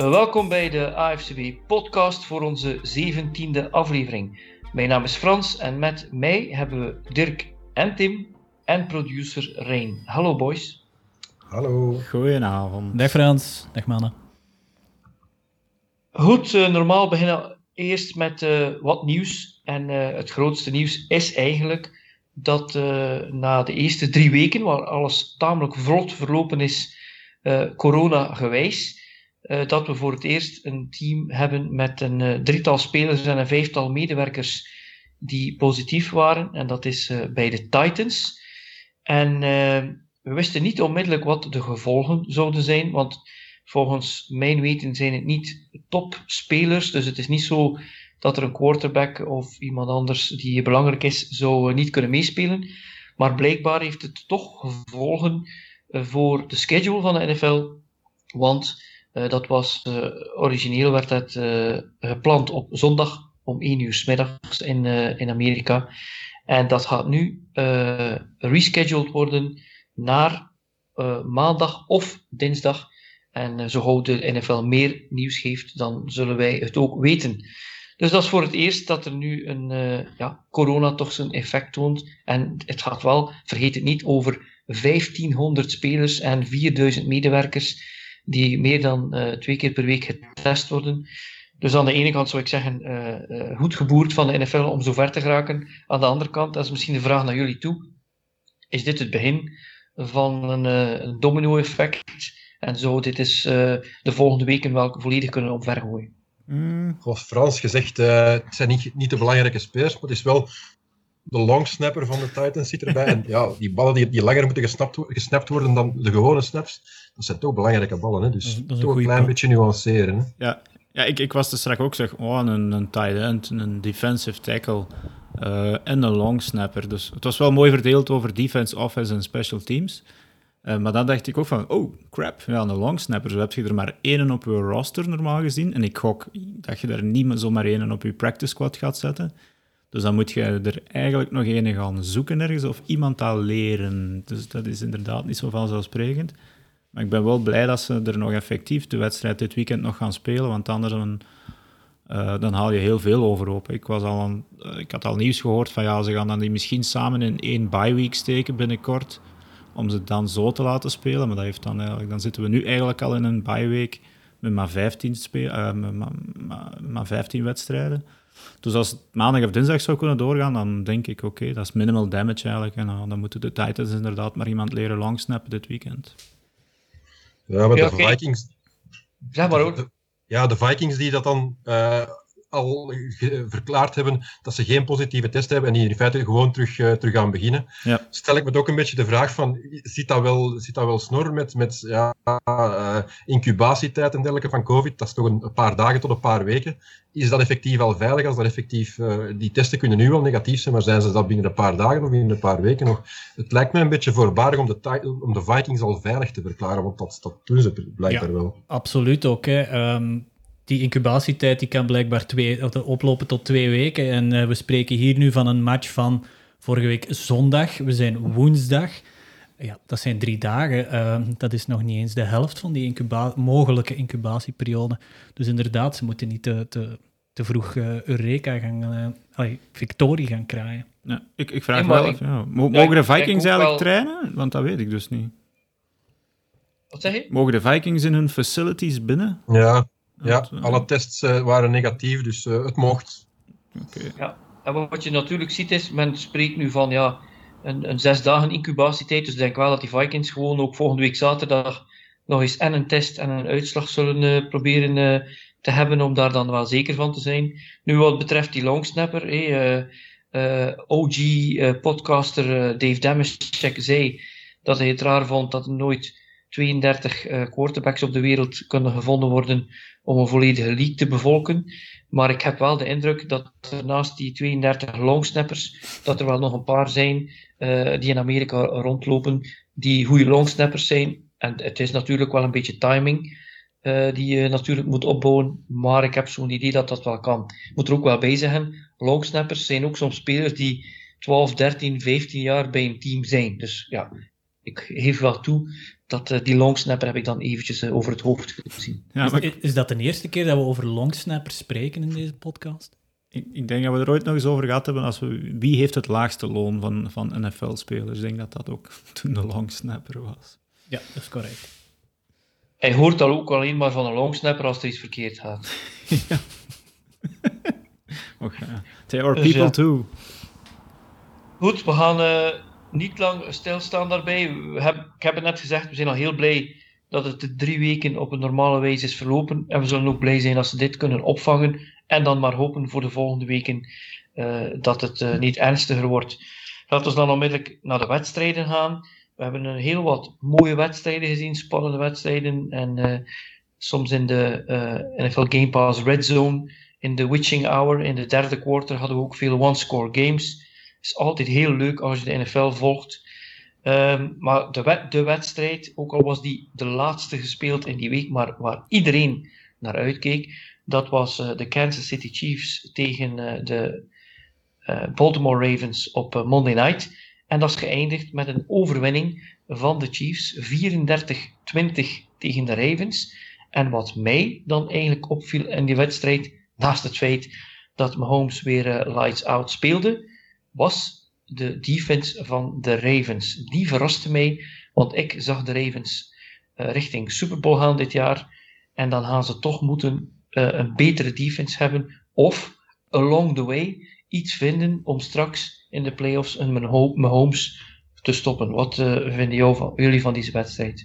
Welkom bij de AFCB-podcast voor onze 17e aflevering. Mijn naam is Frans en met mij hebben we Dirk en Tim en producer Rein. Hallo boys. Hallo. Goedenavond. Dag Frans, dag mannen. Goed, normaal beginnen we eerst met wat nieuws. En het grootste nieuws is eigenlijk dat na de eerste 3 weken, waar alles tamelijk vlot verlopen is, corona-gewijs, dat we voor het eerst een team hebben met een 3-tal spelers en een 5-tal medewerkers die positief waren. En dat is bij de Titans. En we wisten niet onmiddellijk wat de gevolgen zouden zijn, want volgens mijn weten zijn het niet topspelers. Dus het is niet zo dat er een quarterback of iemand anders die belangrijk is, zou niet kunnen meespelen. Maar blijkbaar heeft het toch gevolgen voor de schedule van de NFL, want dat was, origineel werd het gepland op zondag om 1 uur 's middags in Amerika. En dat gaat nu rescheduled worden naar maandag of dinsdag. En zo gauw de NFL meer nieuws geeft, dan zullen wij het ook weten. Dus dat is voor het eerst dat er nu corona toch zijn effect toont. En het gaat wel, vergeet het niet, over 1500 spelers en 4000 medewerkers die meer dan 2 keer per week getest worden. Dus aan de ene kant zou ik zeggen, goed geboerd van de NFL om zo ver te geraken. Aan de andere kant, dat is misschien de vraag naar jullie toe, is dit het begin van een domino-effect? En zou dit is de volgende weken wel volledig kunnen omvergooien? Zoals Frans gezegd, het zijn niet de belangrijke spelers, maar het is wel de longsnapper van de Titans zit erbij. En ja, die ballen die langer moeten gesnapt worden dan de gewone snaps, dat zijn toch belangrijke ballen. Hè? Dus dat is toch een klein beetje nuanceren. Hè? Ja, ik was er straks ook zeg, een tight end, een defensive tackle en een long snapper. Dus het was wel mooi verdeeld over defense, offense en special teams. Maar dan dacht ik ook van, oh crap, ja, een long snapper, zo heb je er maar 1 op je roster normaal gezien. En ik gok dat je daar niet zomaar 1 op je practice squad gaat zetten. Dus dan moet je er eigenlijk nog 1 gaan zoeken ergens of iemand al leren. Dus dat is inderdaad niet zo vanzelfsprekend. Maar ik ben wel blij dat ze er nog effectief de wedstrijd dit weekend nog gaan spelen, want anders dan haal je heel veel overhoop. Ik had al nieuws gehoord van ja, ze gaan dan die misschien samen in 1 bye-week steken binnenkort, om ze dan zo te laten spelen. Maar dat heeft dan zitten we nu eigenlijk al in een bye-week met maar 15 wedstrijden. Dus als het maandag of dinsdag zou kunnen doorgaan, dan denk ik, oké, dat is minimal damage eigenlijk. En dan moeten de Titans inderdaad maar iemand leren longsnappen dit weekend. Ja, maar de Vikings... Zeg maar ook. De Vikings die dat dan al verklaard hebben dat ze geen positieve test hebben en die in feite gewoon terug gaan beginnen. Ja. Stel ik me ook een beetje de vraag van, zit dat wel snor met incubatietijd en dergelijke van COVID? Dat is toch een paar dagen tot een paar weken. Is dat effectief al veilig? Als dat effectief, die testen kunnen nu wel negatief zijn, maar zijn ze dat binnen een paar dagen of binnen een paar weken nog? Het lijkt mij een beetje voorbarig om de Vikings al veilig te verklaren, want dat doen ze blijkbaar wel. Absoluut ook, hè. Die incubatietijd die kan blijkbaar oplopen tot 2 weken. En we spreken hier nu van een match van vorige week zondag. We zijn woensdag. Ja, dat zijn 3 dagen. Dat is nog niet eens de helft van die mogelijke incubatieperiode. Dus inderdaad, ze moeten niet te vroeg Eureka victorie gaan krijgen. Ja, ik vraag me wel af, mogen de Vikings eigenlijk trainen? Want dat weet ik dus niet. Wat zeg je? Mogen de Vikings in hun facilities binnen? Ja, alle tests waren negatief, dus het mocht. Okay. Ja, en wat je natuurlijk ziet is, men spreekt nu van een 6 dagen incubatietijd, dus ik denk wel dat die Vikings gewoon ook volgende week zaterdag nog eens en een test en een uitslag zullen proberen te hebben om daar dan wel zeker van te zijn. Nu wat betreft die longsnapper, OG-podcaster Dave Dameshek zei dat hij het raar vond dat er nooit 32 quarterbacks op de wereld kunnen gevonden worden om een volledige league te bevolken. Maar ik heb wel de indruk dat er naast die 32 longsnappers, dat er wel nog een paar zijn die in Amerika rondlopen, die goede longsnappers zijn. En het is natuurlijk wel een beetje timing die je natuurlijk moet opbouwen, maar ik heb zo'n idee dat dat wel kan. Ik moet er ook wel bij zeggen, longsnappers zijn ook soms spelers die 12, 13, 15 jaar bij een team zijn. Dus ja, ik geef wel toe dat die longsnapper heb ik dan eventjes over het hoofd gezien. Ja, Is dat de eerste keer dat we over longsnappers spreken in deze podcast? Ik denk dat we er ooit nog eens over gehad hebben als wie heeft het laagste loon van NFL-spelers. Ik denk dat dat ook toen de longsnapper was. Ja, dat is correct. Hij hoort al ook alleen maar van een longsnapper als er iets verkeerd gaat. Ja. Okay. They are Dus people ja. too. Goed, we gaan niet lang stilstaan daarbij. Ik heb het net gezegd, we zijn al heel blij dat het de 3 weken op een normale wijze is verlopen. En we zullen ook blij zijn als ze dit kunnen opvangen. En dan maar hopen voor de volgende weken dat het niet ernstiger wordt. Laten we dan onmiddellijk naar de wedstrijden gaan. We hebben een heel wat mooie wedstrijden gezien, spannende wedstrijden. En soms in de NFL Game Pass Red Zone, in de Witching Hour, in de derde quarter hadden we ook veel one-score games. Het is altijd heel leuk als je de NFL volgt. Maar de wedstrijd, ook al was die de laatste gespeeld in die week, maar waar iedereen naar uitkeek, dat was de Kansas City Chiefs tegen de Baltimore Ravens op Monday Night. En dat is geëindigd met een overwinning van de Chiefs, 34-20 tegen de Ravens. En wat mij dan eigenlijk opviel in die wedstrijd, naast het feit dat Mahomes weer lights out speelde, was de defense van de Ravens. Die verraste mij, want ik zag de Ravens richting Super Bowl gaan dit jaar. En dan gaan ze toch moeten een betere defense hebben. Of along the way iets vinden om straks in de playoffs een Mahomes te stoppen. Wat vinden jullie van deze wedstrijd?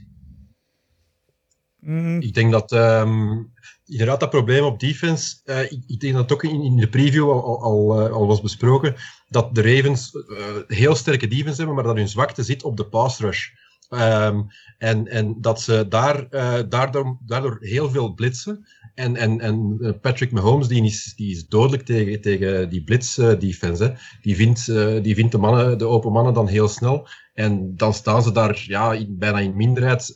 Ik denk dat inderdaad dat probleem op defense, ik denk dat het ook in de preview al was besproken, dat de Ravens heel sterke defense hebben, maar dat hun zwakte zit op de pass rush. En dat ze daardoor heel veel blitsen. En Patrick Mahomes, die is dodelijk tegen die blitz defense. Hè. Die vindt de open mannen dan heel snel. En dan staan ze daar bijna in minderheid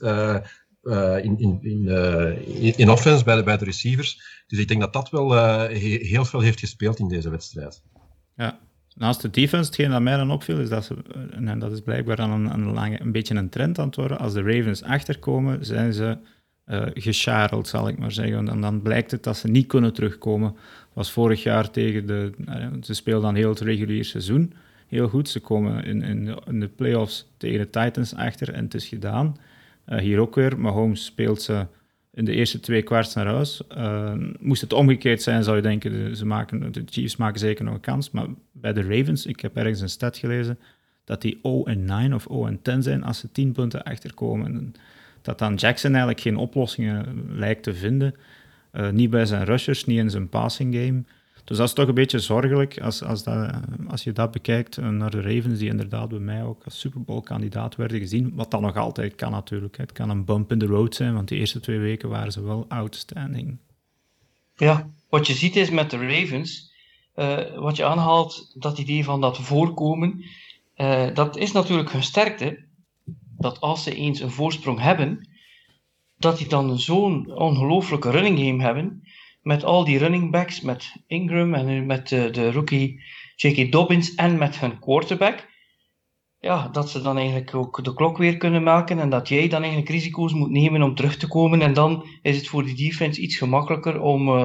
in offense bij de receivers. Dus ik denk dat dat wel heel veel heeft gespeeld in deze wedstrijd. Ja. Naast de defense, hetgeen dat mij dan opviel, is dat ze, en dat is blijkbaar dan een beetje een trend aan het worden, als de Ravens achterkomen, zijn ze gescharreld, zal ik maar zeggen. En dan blijkt het dat ze niet kunnen terugkomen. Dat was vorig jaar ze speelden dan heel het regulier seizoen heel goed. Ze komen in de playoffs tegen de Titans achter en het is gedaan. Hier ook weer, Mahomes speelt ze in de eerste 2 kwarts naar huis. Moest het omgekeerd zijn, zou je denken, de Chiefs maken zeker nog een kans. Maar bij de Ravens, ik heb ergens een stat gelezen, dat die 0-9 of 0-10 zijn als ze 10 punten achterkomen. En dat dan Jackson eigenlijk geen oplossingen lijkt te vinden. Niet bij zijn rushers, niet in zijn passing game. Dus dat is toch een beetje zorgelijk als je dat bekijkt naar de Ravens, die inderdaad bij mij ook als Super Bowl-kandidaat werden gezien. Wat dan nog altijd kan natuurlijk. Het kan een bump in the road zijn, want die eerste 2 weken waren ze wel outstanding. Ja, wat je ziet is met de Ravens, wat je aanhaalt, dat idee van dat voorkomen, dat is natuurlijk hun sterkte, dat als ze eens een voorsprong hebben, dat die dan zo'n ongelooflijke running game hebben, met al die running backs, met Ingram en met de rookie J.K. Dobbins en met hun quarterback, ja, dat ze dan eigenlijk ook de klok weer kunnen maken en dat jij dan eigenlijk risico's moet nemen om terug te komen en dan is het voor die defense iets gemakkelijker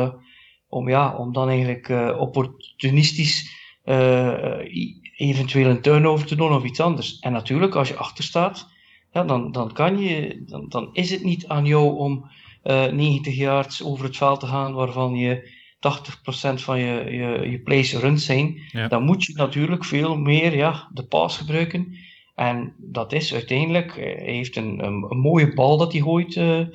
om dan eigenlijk opportunistisch eventueel een turnover te doen of iets anders. En natuurlijk, als je achter staat, ja, dan is het niet aan jou om 90 yards over het veld te gaan, waarvan je 80% van je plays runs zijn. Ja. Dan moet je natuurlijk veel meer de pass gebruiken. En dat is uiteindelijk, hij heeft een mooie bal dat hij gooit,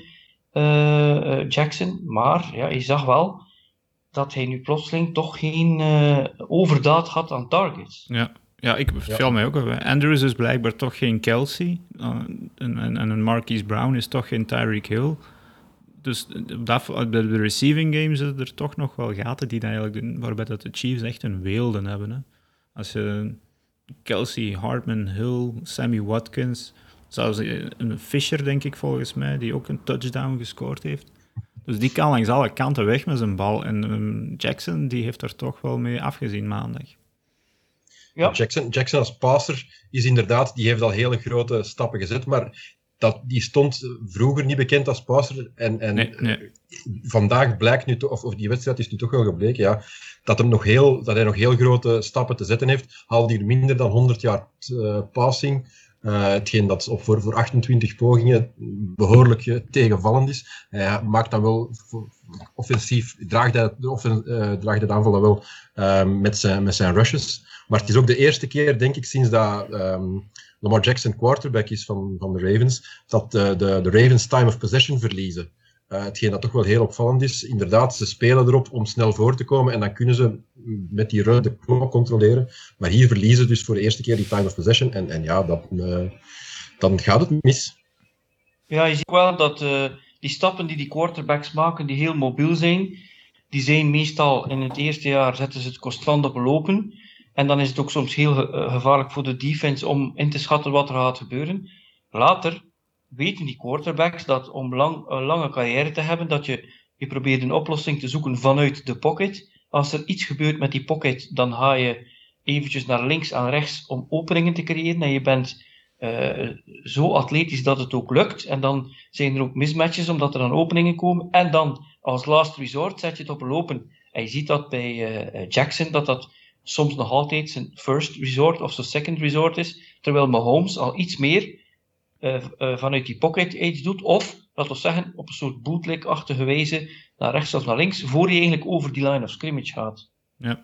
Jackson. Maar ja, je zag wel dat hij nu plotseling toch geen overdaad had aan targets. Ja, ik viel mij ook op. Andrews is blijkbaar toch geen Kelsey. En een Marquise Brown is toch geen Tyreek Hill. Dus bij de receiving games zitten er toch nog wel gaten die dan eigenlijk waarbij dat de Chiefs echt een weelde hebben. Hè. Als je Kelsey, Hartman, Hill, Sammy Watkins, zelfs een Fisher, denk ik volgens mij, die ook een touchdown gescoord heeft. Dus die kan langs alle kanten weg met zijn bal. En Jackson, die heeft er toch wel mee afgezien maandag. Ja. Jackson als passer is inderdaad, die heeft al hele grote stappen gezet, maar die stond vroeger niet bekend als passer. En Nee. Vandaag blijkt nu, of die wedstrijd is nu toch wel gebleken, ja, dat hij nog heel grote stappen te zetten heeft. Haalde hier minder dan 100 jaar passing. Hetgeen dat voor 28 pogingen behoorlijk tegenvallend is. Hij maakt dan wel offensief, draagt hij de aanval dan wel met zijn rushes. Maar het is ook de eerste keer, denk ik, sinds dat Lamar Jackson quarterback is van de Ravens, dat de Ravens time of possession verliezen. Hetgeen dat toch wel heel opvallend is. Inderdaad, ze spelen erop om snel voor te komen en dan kunnen ze met die run de klok controleren. Maar hier verliezen ze dus voor de eerste keer die time of possession. En ja, dan gaat het mis. Ja, je ziet wel dat die stappen die quarterbacks maken, die heel mobiel zijn, die zijn meestal in het eerste jaar zetten ze het constant op lopen. En dan is het ook soms heel gevaarlijk voor de defense om in te schatten wat er gaat gebeuren. Later weten die quarterbacks dat om een lange carrière te hebben, dat je probeert een oplossing te zoeken vanuit de pocket. Als er iets gebeurt met die pocket, dan ga je eventjes naar links en rechts om openingen te creëren. En je bent zo atletisch dat het ook lukt. En dan zijn er ook mismatches omdat er dan openingen komen. En dan als last resort zet je het op lopen. En je ziet dat bij Jackson, dat soms nog altijd zijn first resort of zijn second resort is. Terwijl Mahomes al iets meer vanuit die pocket iets doet, of, laten we zeggen, op een soort bootleg-achtige wijze naar rechts of naar links, voor je eigenlijk over die line of scrimmage gaat. Ja,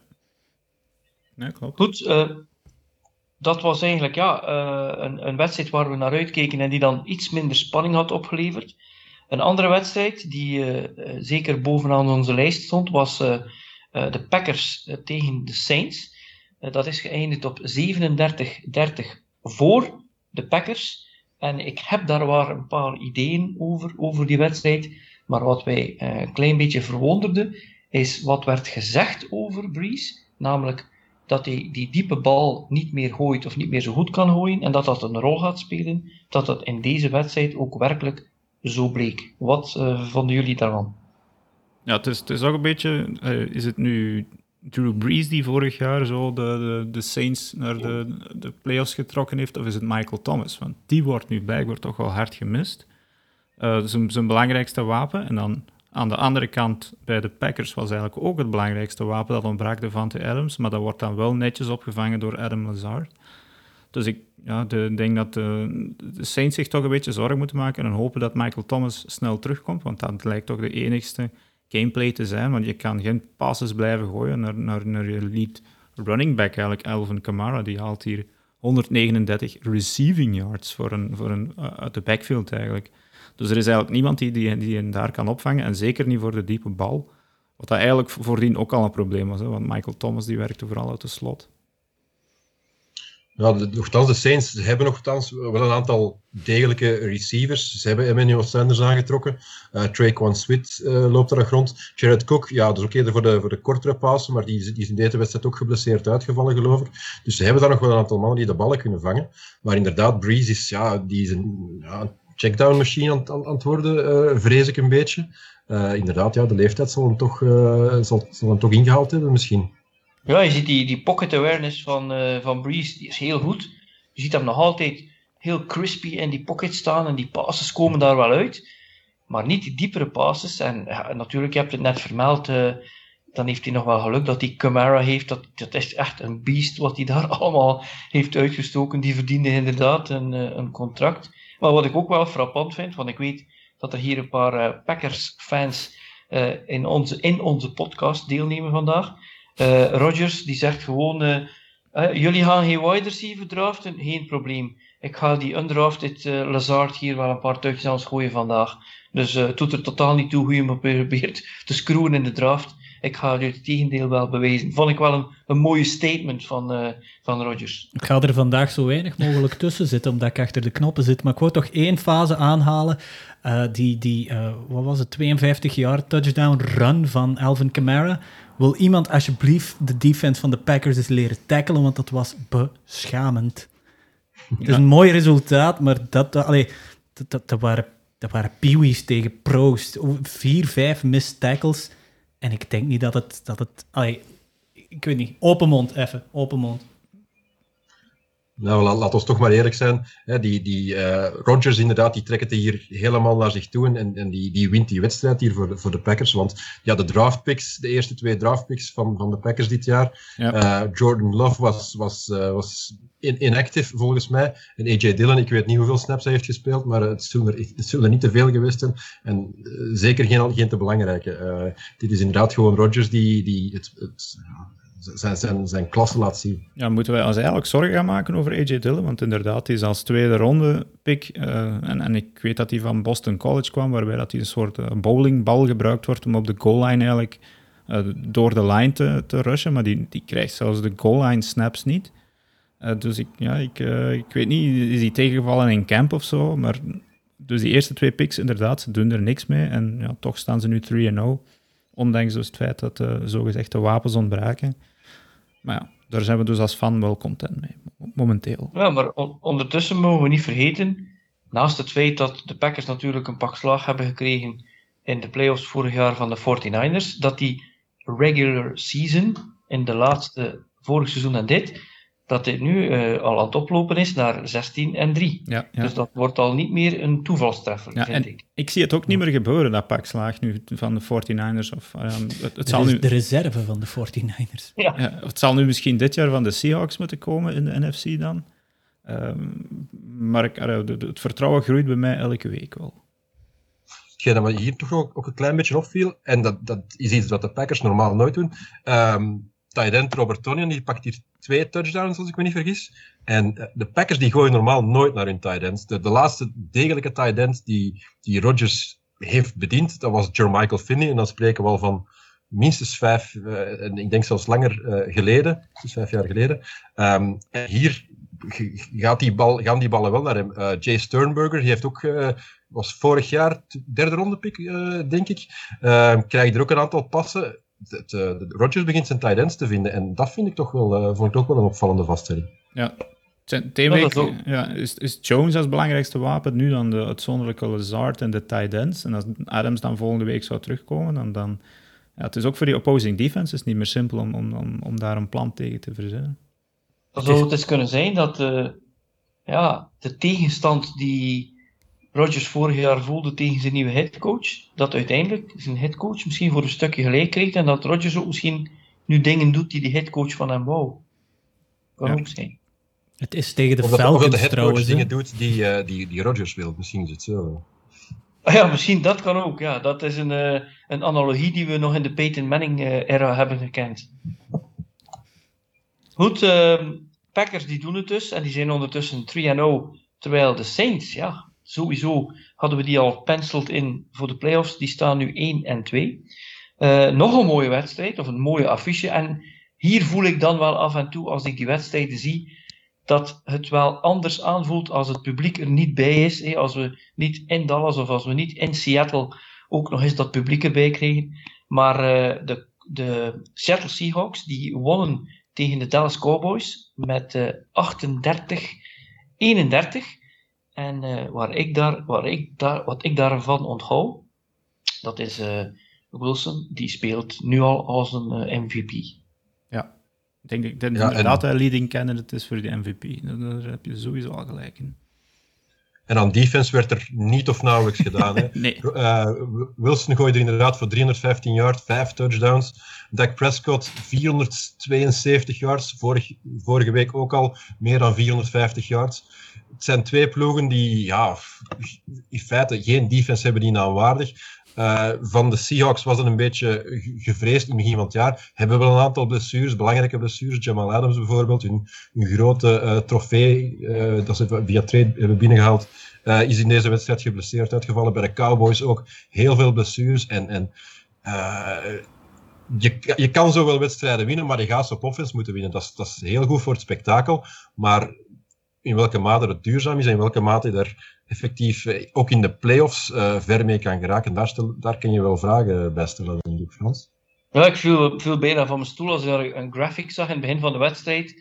klopt. Goed, dat was eigenlijk een wedstrijd waar we naar uitkeken en die dan iets minder spanning had opgeleverd. Een andere wedstrijd die zeker bovenaan onze lijst stond, was de Packers tegen de Saints. Dat is geëindigd op 37-30 voor de Packers. En ik heb daar wel een paar ideeën over die wedstrijd. Maar wat mij een klein beetje verwonderde, is wat werd gezegd over Breeze. Namelijk dat hij die diepe bal niet meer gooit of niet meer zo goed kan gooien. En dat een rol gaat spelen. Dat in deze wedstrijd ook werkelijk zo bleek. Wat vonden jullie daarvan? Ja, het is ook een beetje... is het nu Drew Brees die vorig jaar zo de Saints naar de playoffs getrokken heeft, of is het Michael Thomas? Want die wordt nu blijkbaar toch wel hard gemist. Zijn belangrijkste wapen. En dan aan de andere kant, bij de Packers, was eigenlijk ook het belangrijkste wapen. Dat ontbrak Davante Adams, maar dat wordt dan wel netjes opgevangen door Adam Lazard. Dus ik denk dat de Saints zich toch een beetje zorgen moeten maken en hopen dat Michael Thomas snel terugkomt, want dat lijkt toch de enigste gameplay te zijn, want je kan geen passes blijven gooien naar je lead running back, eigenlijk Alvin Kamara, die haalt hier 139 receiving yards uit de backfield eigenlijk. Dus er is eigenlijk niemand die hem daar kan opvangen, en zeker niet voor de diepe bal, wat dat eigenlijk voordien ook al een probleem was, hè, want Michael Thomas die werkte vooral uit de slot. Ja, nogthans, de Saints hebben nogthans wel een aantal degelijke receivers. Ze hebben Emmanuel Sanders aangetrokken. Traquan Smith loopt er nog rond. Jared Cook, ja, dat is ook eerder voor de kortere passen, maar die is in deze wedstrijd ook geblesseerd uitgevallen, geloof ik. Dus ze hebben daar nog wel een aantal mannen die de ballen kunnen vangen. Maar inderdaad, Breeze is, die is een checkdown machine aan het worden, vrees ik een beetje. Inderdaad, de leeftijd zal hem toch ingehaald hebben misschien. Ja, je ziet die pocket awareness van Breeze, die is heel goed. Je ziet hem nog altijd heel crispy in die pocket staan en die passes komen daar wel uit. Maar niet die diepere passes. En natuurlijk, je hebt het net vermeld, dan heeft hij nog wel geluk dat hij Kamara heeft. Dat is echt een beest wat hij daar allemaal heeft uitgestoken. Die verdiende inderdaad een contract. Maar wat ik ook wel frappant vind, want ik weet dat er hier een paar Packers-fans in onze podcast deelnemen vandaag. Rodgers die zegt gewoon, jullie gaan geen wide receiver draften, geen probleem. Ik ga die undrafted Lazard hier wel een paar touchdowns gooien vandaag. Dus het doet er totaal niet toe hoe je me probeert te screwen in de draft. Ik ga je het tegendeel wel bewijzen. Vond ik wel een mooie statement van Rodgers. Ik ga er vandaag zo weinig mogelijk tussen zitten, omdat ik achter de knoppen zit. Maar ik wou toch één fase aanhalen. Wat was het, 52-yard touchdown run van Alvin Kamara. Wil iemand alsjeblieft de defense van de Packers eens leren tackelen, want dat was beschamend. Het is een mooi resultaat, maar dat waren peewees tegen pro's. 4-5 missed tackles. En ik denk niet dat het ik weet niet, open mond. Nou, laat ons toch maar eerlijk zijn. Hè, die Rodgers inderdaad, die trekt het hier helemaal naar zich toe en die wint die wedstrijd hier voor de Packers. Want ja, de eerste 2 draftpicks van de Packers dit jaar. Ja. Jordan Love was inactive volgens mij. En AJ Dillon, ik weet niet hoeveel snaps hij heeft gespeeld, maar het zullen er niet te veel geweest zijn. En zeker geen te belangrijke. Dit is inderdaad gewoon Rodgers die zijn klasse laat zien. Ja, moeten wij ons eigenlijk zorgen gaan maken over AJ Dillon? Want inderdaad, hij is als 2e ronde pick. En ik weet dat hij van Boston College kwam, waarbij dat hij een soort bowlingbal gebruikt wordt om op de goal line eigenlijk door de line te rushen. Maar die krijgt zelfs de goal line snaps niet. Dus ik weet niet, is hij tegengevallen in camp of zo? Maar dus die eerste 2 picks, inderdaad, ze doen er niks mee. En ja, toch staan ze nu 3-0. Ondanks dus het feit dat zogezegd de wapens ontbraken. Maar ja, daar zijn we dus als fan wel content mee, momenteel. Ja, maar ondertussen mogen we niet vergeten, naast het feit dat de Packers natuurlijk een pak slaag hebben gekregen in de playoffs vorig jaar van de 49ers, dat die regular season in de laatste vorig seizoen en dat dit nu al aan het oplopen is naar 16-3. Ja. Dus dat wordt al niet meer een toevalstreffer, vind ik. Ik zie het ook niet meer gebeuren, dat pak slaag nu van de 49ers. Het zal nu de reserve van de 49ers. Ja, het zal nu misschien dit jaar van de Seahawks moeten komen in de NFC dan. Maar het vertrouwen groeit bij mij elke week wel. Hetgeen dat me hier toch ook een klein beetje opviel, en dat is iets wat de Packers normaal nooit doen. Tight end Robert Tonyan, die pakt hier 2 touchdowns, als ik me niet vergis. En de Packers die gooien normaal nooit naar hun tight ends. De laatste degelijke tight end die Rodgers heeft bediend, dat was Jermichael Finney. En dan spreken we al van minstens 5, en ik denk zelfs langer geleden, dus 5 jaar geleden. En hier gaan die ballen wel naar hem. Jay Sternberger, die heeft ook, was vorig jaar 3e ronde pick, denk ik. Krijgt er ook een aantal passen. Rodgers begint zijn tight ends te vinden en dat vond ik toch wel een opvallende vaststelling. Ja, is Jones als belangrijkste wapen nu dan de uitzonderlijke Lazard en de tight ends. En als Adams dan volgende week zou terugkomen, dan het is ook voor die opposing defenses niet meer simpel om daar een plan tegen te verzinnen. Dat zou het eens kunnen zijn dat de tegenstand die Rodgers vorig jaar voelde tegen zijn nieuwe headcoach, dat uiteindelijk zijn headcoach misschien voor een stukje gelijk krijgt en dat Rodgers ook misschien nu dingen doet die de headcoach van hem wou. Kan ook zijn. Het is tegen de Falcons of dat de headcoach trouwens, dingen doet die Rodgers wil. Misschien is het zo. Ja, misschien dat kan ook. Ja, dat is een analogie die we nog in de Peyton Manning-era hebben gekend. Goed, Packers die doen het dus en die zijn ondertussen 3-0, terwijl de Saints, sowieso hadden we die al penciled in voor de playoffs. Die staan nu 1-2. Nog een mooie wedstrijd, of een mooie affiche. En hier voel ik dan wel af en toe, als ik die wedstrijden zie, dat het wel anders aanvoelt als het publiek er niet bij is. Als we niet in Dallas of als we niet in Seattle ook nog eens dat publiek erbij krijgen. Maar de Seattle Seahawks, die wonnen tegen de Dallas Cowboys met 38-31. En wat ik daarvan onthoud, dat is Wilson, die speelt nu al als een MVP. Ja, ik denk dat inderdaad een leading candidate is voor die MVP. Daar heb je sowieso al gelijk in. En aan defense werd er niet of nauwelijks gedaan. Hè. Nee. Wilson gooide er inderdaad voor 315 yards, 5 touchdowns. Dak Prescott 472 yards, vorige week ook al meer dan 450 yards. Het zijn 2 ploegen die in feite geen defense hebben die naamwaardig. Van de Seahawks was het een beetje gevreesd in het begin van het jaar. Hebben wel een aantal blessures, belangrijke blessures. Jamal Adams bijvoorbeeld, hun grote trofee dat ze via trade hebben binnengehaald, is in deze wedstrijd geblesseerd uitgevallen. Bij de Cowboys ook heel veel blessures. Je kan zowel wedstrijden winnen, maar je gaat ze op offense moeten winnen. Dat is heel goed voor het spektakel. Maar in welke mate het duurzaam is en in welke mate je er effectief ook in de playoffs ver mee kan geraken, daar kun je wel vragen bij stellen, denk ik, Frans. Ja, ik viel bijna van mijn stoel als ik een graphic zag in het begin van de wedstrijd.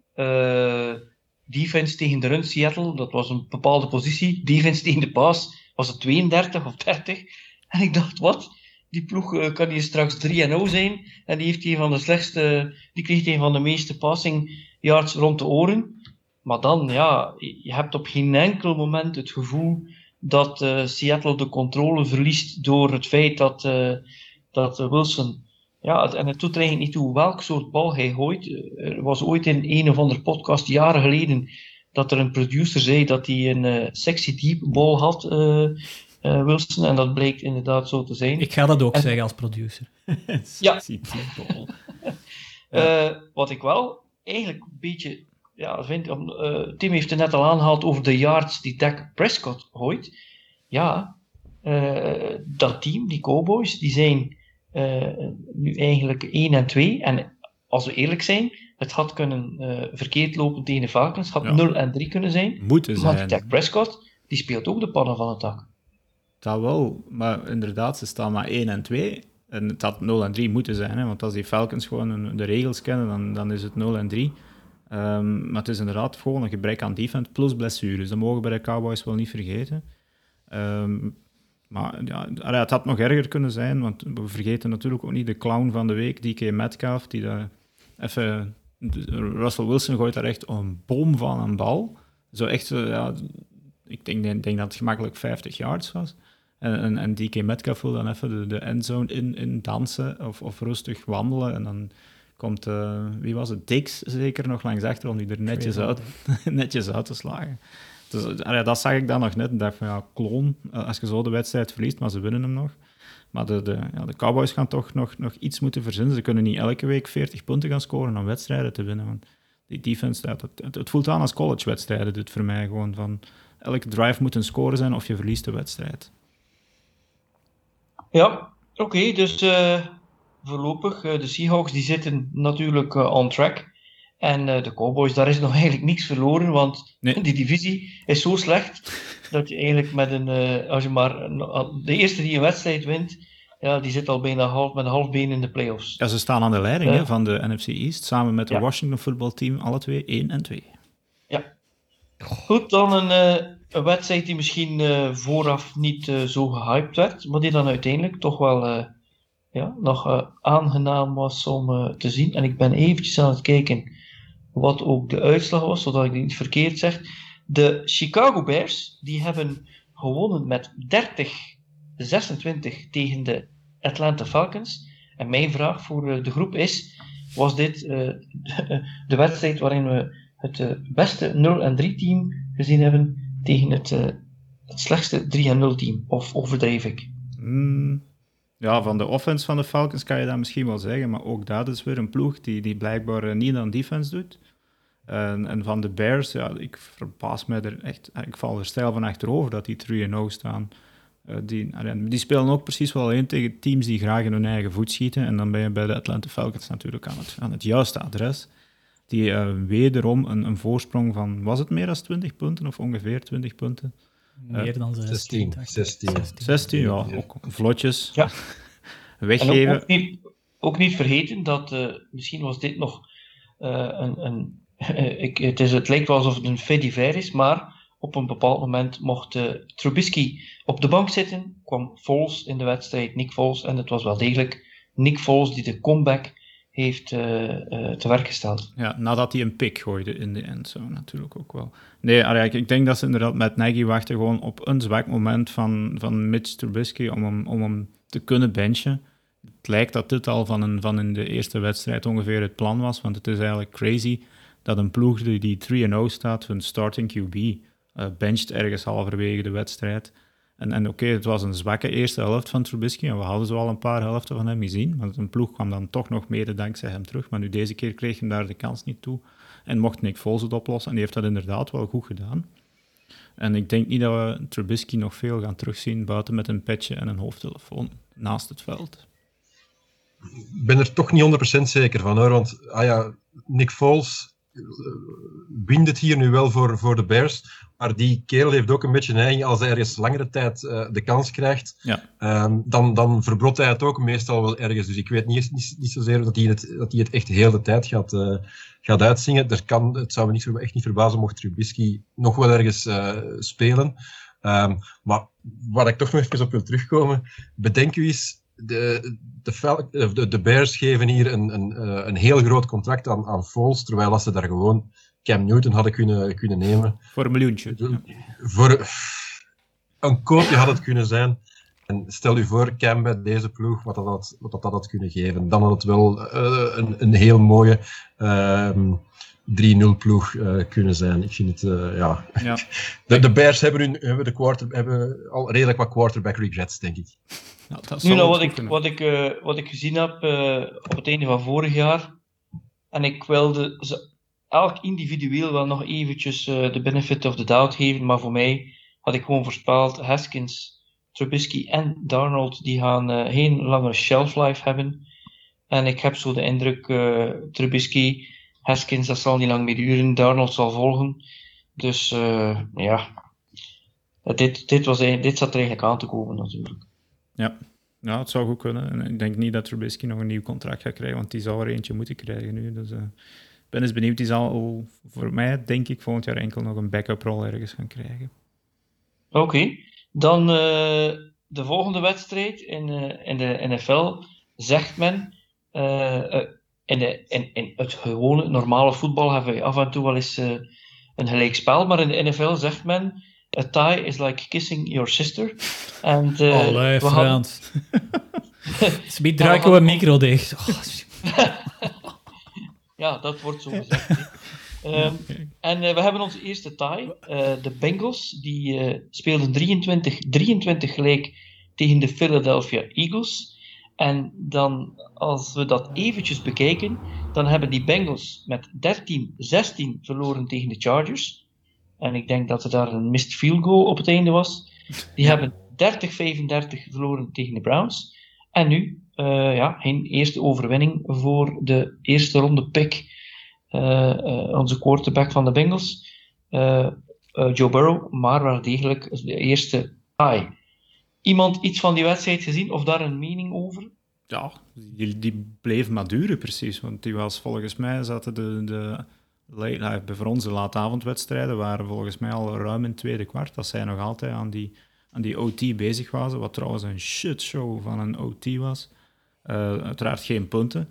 Defense tegen de run Seattle, dat was een bepaalde positie. Defense tegen de pass was het 32 of 30. En ik dacht, wat? Die ploeg kan hier straks 3-0 zijn. En die heeft die kreeg een van de meeste passing yards rond de oren. Maar dan, ja, je hebt op geen enkel moment het gevoel dat Seattle de controle verliest door het feit dat Wilson... Ja, en het doet er eigenlijk niet toe welk soort bal hij gooit. Er was ooit in een of andere podcast, jaren geleden, dat er een producer zei dat hij een sexy deep ball had, Wilson. En dat bleek inderdaad zo te zijn. Ik ga dat ook zeggen als producer. Ja. Sexy deep ball. Wat ik wel eigenlijk een beetje vind... Tim heeft het net al aangehaald over de yards die Dak Prescott gooit. Ja, dat team, die Cowboys, die zijn nu eigenlijk 1-2. En als we eerlijk zijn, het had kunnen verkeerd lopen tegen de Falcons. Het had 0-3 kunnen zijn. Moeten zijn. Maar Dak Prescott, die speelt ook de pannen van het dak. Dat wel, maar inderdaad, ze staan maar 1-2. En het had 0-3 moeten zijn, hè, want als die Falcons gewoon de regels kennen, dan is het 0-3. Maar het is inderdaad gewoon een gebrek aan defense plus blessures. Dat mogen we bij de Cowboys wel niet vergeten. Maar ja, het had nog erger kunnen zijn, want we vergeten natuurlijk ook niet de clown van de week, DK Metcalf, die daar even... Russell Wilson gooit daar echt een boom van een bal. Zo echt, ik denk dat het gemakkelijk 50 yards was. En DK Metcalf wil dan even de endzone in dansen of rustig wandelen. En dan komt, wie was het, Diggs zeker nog langs achter om die er netjes uit te slagen. Dus dat zag ik dan nog net en dacht van kloon, als je zo de wedstrijd verliest, maar ze winnen hem nog. Maar de Cowboys gaan toch nog iets moeten verzinnen. Ze kunnen niet elke week 40 punten gaan scoren om wedstrijden te winnen. Want die defense, het voelt aan als college-wedstrijden dit voor mij gewoon van... Elke drive moet een score zijn of je verliest de wedstrijd. Ja, oké, dus voorlopig, de Seahawks die zitten natuurlijk on track. En de Cowboys, daar is nog eigenlijk niks verloren, want die divisie is zo slecht dat je eigenlijk als je maar de eerste die een wedstrijd wint, ja, die zit al bijna met een half been in de playoffs. Ja, ze staan aan de leiding van de NFC East, samen met het Washington voetbalteam, alle twee 1-2. Ja. Goed, dan een wedstrijd die misschien vooraf niet zo gehyped werd, maar die dan uiteindelijk toch wel nog aangenaam was om te zien. En ik ben eventjes aan het kijken wat ook de uitslag was, zodat ik het niet verkeerd zeg. De Chicago Bears, die hebben gewonnen met 30-26 tegen de Atlanta Falcons. En mijn vraag voor de groep is, was dit de wedstrijd waarin we het beste 0-3 team gezien hebben tegen het slechtste 3-0 team? Of overdrijf ik? Ja, van de offense van de Falcons kan je dat misschien wel zeggen, maar ook dat is weer een ploeg die blijkbaar niet aan defense doet. En van de Bears, ik verbaas mij er echt, ik val er stijl van achterover dat die 3-0 staan. Die spelen ook precies wel alleen tegen teams die graag in hun eigen voet schieten. En dan ben je bij de Atlanta Falcons natuurlijk aan het juiste adres. Die wederom een voorsprong van, was het meer dan 20 punten of ongeveer 20 punten? Meer dan 16. 16, ja, ook vlotjes. Ja. Weggeven. En ook niet vergeten dat, misschien was dit nog het lijkt wel alsof het een fait divers is, maar op een bepaald moment mocht Trubisky op de bank zitten, kwam Foles in de wedstrijd, Nick Foles, en het was wel degelijk Nick Foles die de comeback heeft te werk gesteld. Ja, nadat hij een pick gooide in de endzone natuurlijk ook wel. Nee, ik denk dat ze inderdaad met Nagy wachten gewoon op een zwak moment van Mitch Trubisky om hem te kunnen benchen. Het lijkt dat dit al van in de eerste wedstrijd ongeveer het plan was, want het is eigenlijk crazy dat een ploeg die 3-0 staat, hun starting QB, bencht ergens halverwege de wedstrijd. En oké, het was een zwakke eerste helft van Trubisky en we hadden zo al een paar helften van hem gezien, want een ploeg kwam dan toch nog mede dankzij hem terug, maar nu deze keer kreeg hij daar de kans niet toe en mocht Nick Foles het oplossen en die heeft dat inderdaad wel goed gedaan. En ik denk niet dat we Trubisky nog veel gaan terugzien buiten met een petje en een hoofdtelefoon naast het veld. Ik ben er toch niet 100% zeker van, hoor, want Nick Foles wint het hier nu wel voor de Bears, maar die kerel heeft ook een beetje een neiging, als hij ergens langere tijd de kans krijgt, dan verbrot hij het ook meestal wel ergens. Dus ik weet niet zozeer dat hij het echt de hele tijd gaat uitzingen. Het zou me echt niet verbazen mocht Trubisky nog wel ergens spelen. Maar waar ik toch nog even op wil terugkomen, bedenk u eens, de Bears geven hier een heel groot contract aan Foles, terwijl als ze daar gewoon Cam Newton hadden kunnen nemen. Voor een miljoentje. Ja. Voor een koopje had het kunnen zijn. En stel u voor, Cam bij deze ploeg, wat dat had kunnen geven. Dan had het wel een heel mooie 3-0 ploeg kunnen zijn. Ik vind het, ja. De Bears hebben al redelijk wat quarterback regrets, denk ik. Ja, dat Nu, zou wat ik gezien heb op het einde van vorig jaar, en ik wilde ze elk individueel wel nog eventjes de benefit of the doubt geven, maar voor mij had ik gewoon voorspeld, Haskins, Trubisky en Darnold, die gaan geen langere shelf life hebben. En ik heb zo de indruk, Trubisky, Haskins, dat zal niet lang meer duren, Darnold zal volgen. Dus ja, dit zat er eigenlijk aan te komen natuurlijk. Ja. Ja, het zou goed kunnen. En ik denk niet dat Trubisky nog een nieuw contract gaat krijgen, want die zou er eentje moeten krijgen nu. Dus ik ben eens benieuwd. Die zal voor mij, denk ik, volgend jaar enkel nog een backup rol ergens gaan krijgen. Oké. Dan de volgende wedstrijd in de NFL zegt men, in het gewone, normale voetbal hebben we af en toe wel eens een gelijkspel, maar in de NFL zegt men, a tie is like kissing your sister. Allee, Frans. Smiet, draai ik een micro dicht. Ja, dat wordt zo gezegd. En we hebben onze eerste tie. De Bengals, die speelden 23 gelijk tegen de Philadelphia Eagles. En dan, als we dat eventjes bekijken, dan hebben die Bengals met 13-16 verloren tegen de Chargers. En ik denk dat er daar een missed field goal op het einde was. Die hebben 30-35 verloren tegen de Browns. En nu, hun eerste overwinning voor de eerste ronde pick. Onze quarterback van de Bengals, Joe Burrow, maar wel degelijk de eerste tie. Iemand iets van die wedstrijd gezien of daar een mening over? Ja, die bleef maar duren precies, want die was volgens mij zaten de late life bij voor onze laatavondwedstrijden waren volgens mij al ruim in het tweede kwart, dat zij nog altijd aan die OT bezig waren, wat trouwens een shitshow van een OT was. Uiteraard geen punten.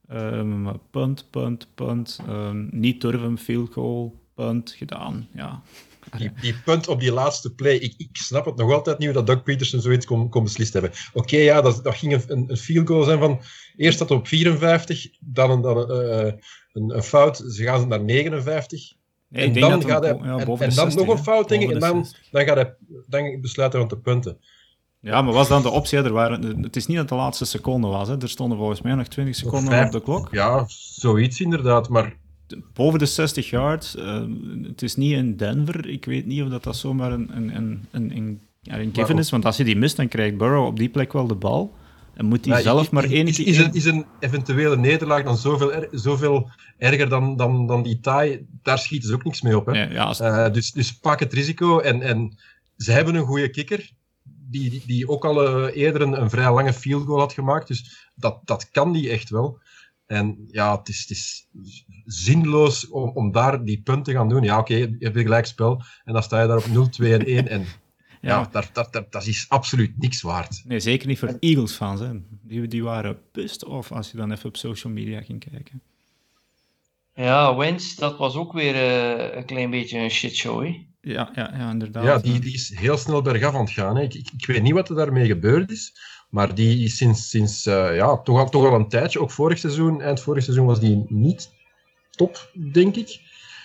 Punt. Niet durven, field goal, punt, gedaan. Ja. Die punt op die laatste play, ik snap het nog altijd niet hoe dat Doug Peterson zoiets kon beslist hebben. Oké, ja, dat ging een field goal zijn van... Eerst dat op 54, dan een fout, ze gaan naar 59. Nee, en dan gaat hij... en dan nog een fout, denk ik, en dan besluit hij om te punten. Ja, maar was dan de optie? Het is niet dat de laatste seconde was. Hè. Er stonden volgens mij nog 20 seconden op de klok. Ja, zoiets inderdaad, maar... Boven de 60 yards. Het is niet in Denver. Ik weet niet of dat zomaar een given is. Want als je die mist, dan krijgt Burrow op die plek wel de bal. En moet hij zelf maar één keer... Is een eventuele nederlaag dan zoveel erger dan die tie? Daar schieten ze ook niks mee op. Hè? Ja, dus pak het risico. En ze hebben een goede kikker. Die ook al eerder een vrij lange field goal had gemaakt. Dus dat kan die echt wel. En ja, het is zinloos om daar die punten te gaan doen. Ja, oké, je hebt een gelijk spel. En dan sta je daar op 0-2 en 1. En ja, dat is absoluut niks waard. Nee, zeker niet voor Eagles-fans. Die waren pissed off als je dan even op social media ging kijken. Ja, Wentz, dat was ook weer een klein beetje een shitshow, hè? Ja, inderdaad. Ja, die is heel snel bergaf aan het gaan. Hè. Ik weet niet wat er daarmee gebeurd is, maar die is sinds toch al een tijdje, ook eind vorig seizoen was die niet top, denk ik.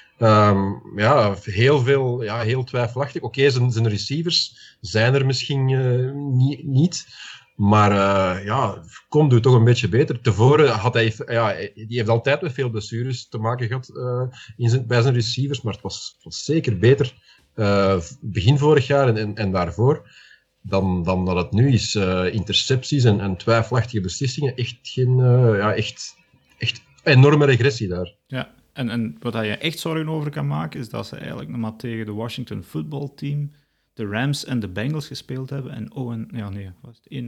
Heel twijfelachtig. Oké, zijn receivers zijn er misschien niet, maar Kom doet toch een beetje beter. Tevoren had hij, die heeft altijd met veel blessures te maken gehad bij zijn receivers, maar het was zeker beter begin vorig jaar en daarvoor dan dat het nu is. Intercepties en twijfelachtige beslissingen, echt enorme regressie daar. Ja. En wat je echt zorgen over kan maken, is dat ze eigenlijk nog maar tegen de Washington Football Team, de Rams en de Bengals gespeeld hebben. En was het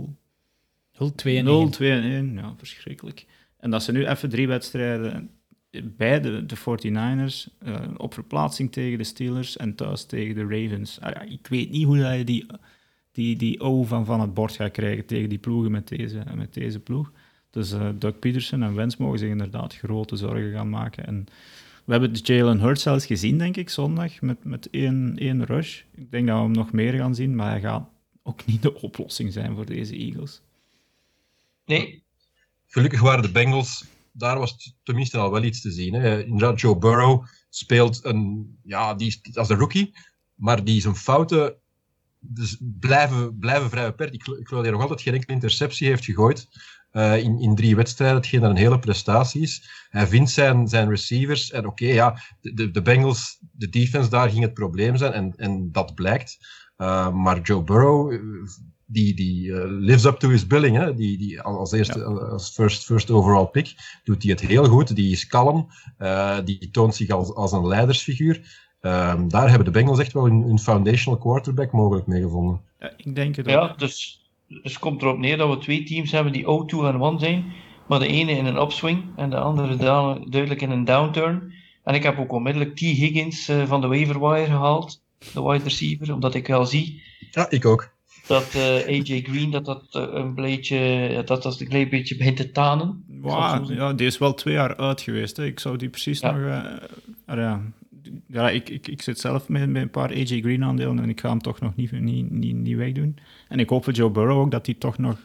1-0? 0-2-1. Ja, verschrikkelijk. En dat ze nu even 3 wedstrijden bij de 49ers, op verplaatsing tegen de Steelers en thuis tegen de Ravens. Ik weet niet hoe je die O van het bord gaat krijgen tegen die ploegen met deze ploeg. Dus Doug Peterson en Wentz mogen zich inderdaad grote zorgen gaan maken. En We hebben de Jalen Hurts zelfs gezien, denk ik, zondag, met één rush. Ik denk dat we hem nog meer gaan zien, maar hij gaat ook niet de oplossing zijn voor deze Eagles. Nee. Gelukkig waren de Bengals, daar was tenminste al wel iets te zien. Hè. Inderdaad, Joe Burrow speelt die is als een rookie, maar die zijn fouten dus blijven vrij beperkt. Ik geloof dat hij nog altijd geen enkele interceptie heeft gegooid in 3 wedstrijden, hetgeen dan een hele prestatie is. Hij vindt zijn receivers en de Bengals, de defense, daar ging het probleem zijn en dat blijkt. Maar Joe Burrow, die lives up to his billing, hè? Die als eerste, als first overall pick, doet hij het heel goed. Die is kalm, die toont zich als een leidersfiguur. Daar hebben de Bengals echt wel een foundational quarterback mogelijk mee gevonden. Ja, ik denk het ook. Ja, dus het komt erop neer dat we 2 teams hebben die 0-2-1 zijn, maar de ene in een upswing en de andere duidelijk in een downturn. En ik heb ook onmiddellijk T. Higgins van de waiver wire gehaald, de wide receiver, omdat ik wel zie Ja, ik ook. dat AJ Green een klein beetje begint te tanen. Wow, ja, die is wel 2 jaar uit geweest. Hè. Ik zou die precies nog... Ik zit zelf met een paar AJ Green aandelen en ik ga hem toch nog niet wegdoen. En ik hoop voor Joe Burrow ook dat hij toch nog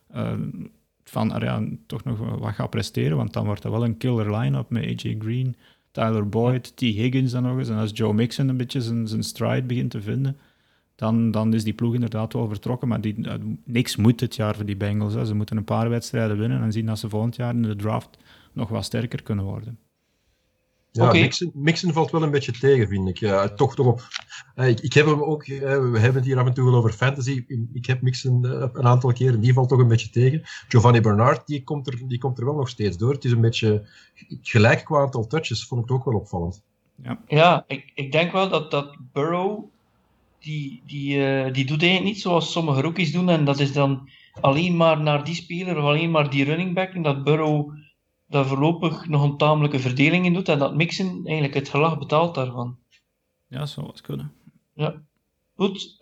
toch nog wat gaat presteren, want dan wordt dat wel een killer line-up met AJ Green, Tyler Boyd, T. Higgins dan nog eens. En als Joe Mixon een beetje zijn stride begint te vinden, dan is die ploeg inderdaad wel vertrokken. Maar niks moet dit jaar voor die Bengals. Hè. Ze moeten een paar wedstrijden winnen en zien dat ze volgend jaar in de draft nog wat sterker kunnen worden. Ja, Okay. Mixon valt wel een beetje tegen, vind ik. Ik heb hem ook... we hebben het hier af en toe wel over fantasy. Ik heb Mixon een aantal keren. Die valt toch een beetje tegen. Giovanni Bernard, die komt er wel nog steeds door. Het is een beetje gelijk qua aantal touches. Vond ik het ook wel opvallend. Ja, ik denk wel dat Burrow... Die doet eigenlijk niet zoals sommige rookies doen. En dat is dan alleen maar naar die speler of alleen maar die running back. En dat Burrow daar voorlopig nog een tamelijke verdeling in doet. En dat Mixon eigenlijk het gelag betaalt daarvan. Ja, zou wat kunnen. Ja. Goed.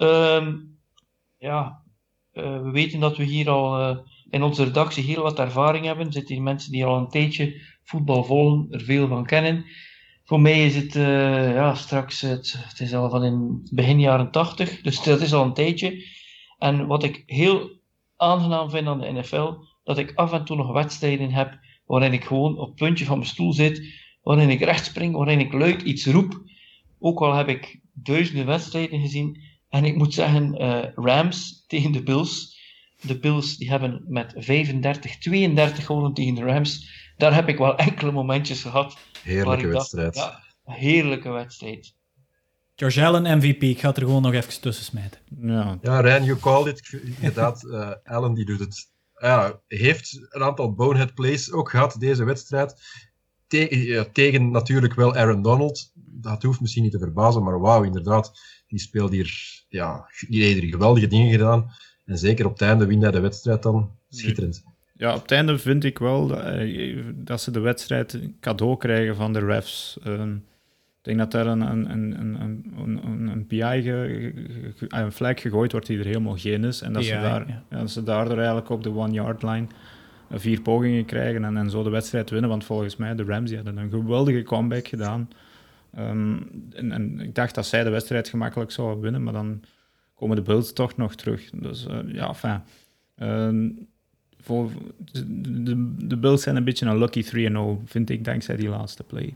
We weten dat we hier al in onze redactie heel wat ervaring hebben. Er zitten hier mensen die al een tijdje voetbal volgen, er veel van kennen. Voor mij is het straks, het is al van in begin jaren 80, dus dat is al een tijdje. En wat ik heel aangenaam vind aan de NFL, dat ik af en toe nog wedstrijden heb waarin ik gewoon op het puntje van mijn stoel zit, waarin ik recht spring, waarin ik luid iets roep. Ook al heb ik duizenden wedstrijden gezien. En ik moet zeggen, Rams tegen de Bills. De Bills die hebben met 35-32 gewonnen tegen de Rams. Daar heb ik wel enkele momentjes gehad. Heerlijke wedstrijd. Heerlijke wedstrijd. Josh Allen MVP, ik ga het er gewoon nog even tussen smijten. Ja, Ryan, you called it. Inderdaad, Allen die doet het. Heeft een aantal bonehead plays ook gehad deze wedstrijd. Tegen natuurlijk wel Aaron Donald. Dat hoeft misschien niet te verbazen, maar wauw, inderdaad. Die speelt hier, die heeft hier geweldige dingen gedaan. En zeker op het einde wint hij de wedstrijd dan. Schitterend. Ja, op het einde vind ik wel dat ze de wedstrijd cadeau krijgen van de refs. Ik denk dat daar een PI, een flag gegooid wordt die er helemaal geen is. En dat ze daardoor eigenlijk op de 1-yard line 4 pogingen krijgen en zo de wedstrijd winnen. Want volgens mij, de Rams hadden een geweldige comeback gedaan. En ik dacht dat zij de wedstrijd gemakkelijk zouden winnen, maar dan komen de Bills toch nog terug. Dus de Bills zijn een beetje een lucky 3-0, vind ik, dankzij die laatste play.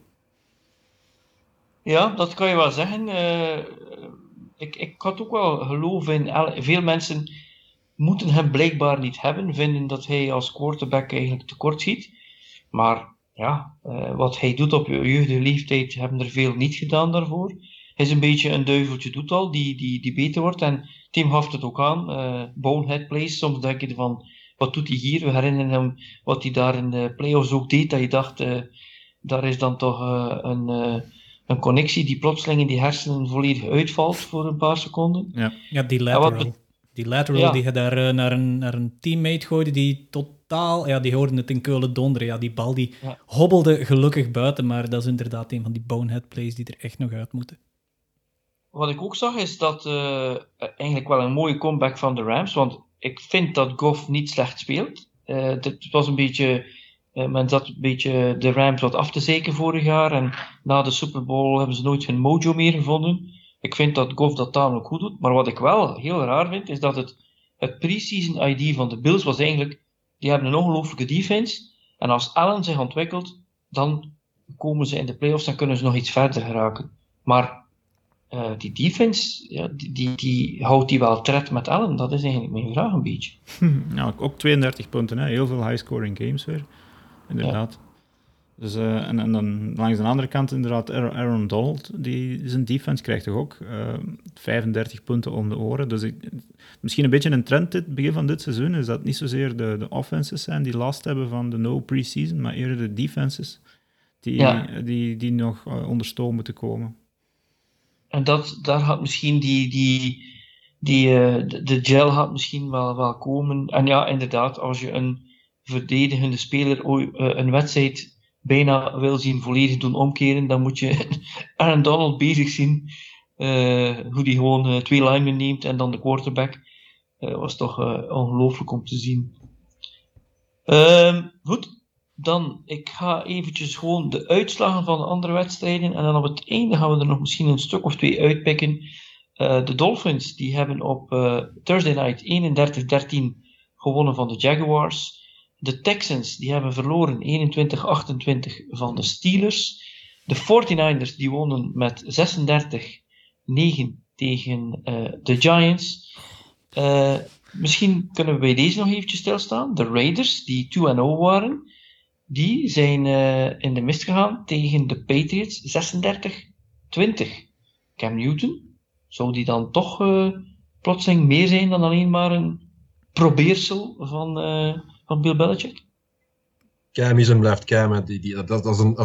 Ja, dat kan je wel zeggen. Ik had ook wel geloof in... Veel mensen moeten hem blijkbaar niet hebben, vinden dat hij als quarterback eigenlijk tekort schiet. Maar wat hij doet op jeugdige leeftijd, hebben er veel niet gedaan daarvoor. Hij is een beetje een duiveltje doet al, die beter wordt. En Tim haft het ook aan. Bonehead plays, soms denk je van, wat doet hij hier? We herinneren hem wat hij daar in de playoffs ook deed, dat je dacht, daar is dan toch een connectie die plotseling in die hersenen volledig uitvalt voor een paar seconden. Ja, die lateral. Die lateral die je daar naar een teammate gooide, die totaal... die hoorden het in Keulen donderen. Ja, die bal die hobbelde gelukkig buiten, maar dat is inderdaad een van die bonehead plays die er echt nog uit moeten. Wat ik ook zag is dat eigenlijk wel een mooie comeback van de Rams, want ik vind dat Goff niet slecht speelt. Het was een beetje Men zat een beetje de Rams wat af te zeiken vorig jaar. En na de Super Bowl hebben ze nooit hun mojo meer gevonden. Ik vind dat Goff dat tamelijk goed doet. Maar wat ik wel heel raar vind, is dat het pre-season ID van de Bills was eigenlijk... Die hebben een ongelooflijke defense. En als Allen zich ontwikkelt, dan komen ze in de playoffs, dan kunnen ze nog iets verder geraken. Maar die defense, ja, die houdt die wel tred met Allen? Dat is eigenlijk mijn vraag een beetje. Ja, ook 32 punten, hè. Heel veel high-scoring games weer. Inderdaad. Ja. Dus, en dan langs de andere kant inderdaad Aaron Donald, zijn defense krijgt toch ook 35 punten om de oren. Dus misschien een beetje een trend begin van dit seizoen is dat niet zozeer de offenses zijn die last hebben van de no preseason, maar eerder de defenses die nog onder stoom moeten komen. En daar gaat misschien de gel gaat misschien wel komen. En ja, inderdaad, als je een verdedigende speler een wedstrijd bijna wil zien volledig doen omkeren, dan moet je Aaron Donald bezig zien. Hoe die gewoon 2 linemen neemt en dan de quarterback. Was toch ongelooflijk om te zien. Goed. Dan, ik ga eventjes gewoon de uitslagen van de andere wedstrijden en dan op het einde gaan we er nog misschien een stuk of 2 uitpikken. De Dolphins, die hebben op Thursday night 31-13 gewonnen van de Jaguars. De Texans, die hebben verloren 21-28 van de Steelers. De 49ers, die wonnen met 36-9 tegen de Giants. Misschien kunnen we bij deze nog eventjes stilstaan. De Raiders, die 2-0 waren, die zijn in de mist gegaan tegen de Patriots 36-20. Cam Newton, zou die dan toch plotseling meer zijn dan alleen maar een probeersel van Bill Belichick? Cam is en blijft Cam. Dat is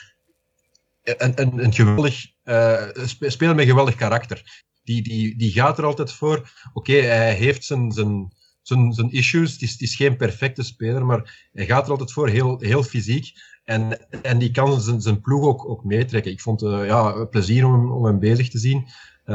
een geweldig speler met geweldig karakter. Die gaat er altijd voor. Oké, hij heeft zijn issues. Het is geen perfecte speler, maar hij gaat er altijd voor, heel fysiek. En die kan zijn ploeg ook meetrekken. Ik vond het plezier om hem bezig te zien.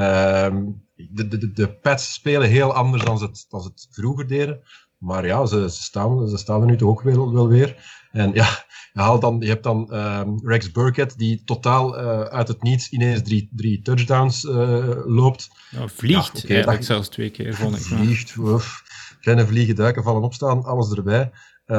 De Pats spelen heel anders dan ze het vroeger deden. Maar ja, ze staan er nu toch ook wel weer. En ja, je hebt dan Rex Burkhead, die totaal uit het niets ineens drie touchdowns loopt. Ja, vliegt eigenlijk zelfs 2 keer, vond ik. Vliegt, kleine vliegen, duiken, vallen, opstaan, alles erbij.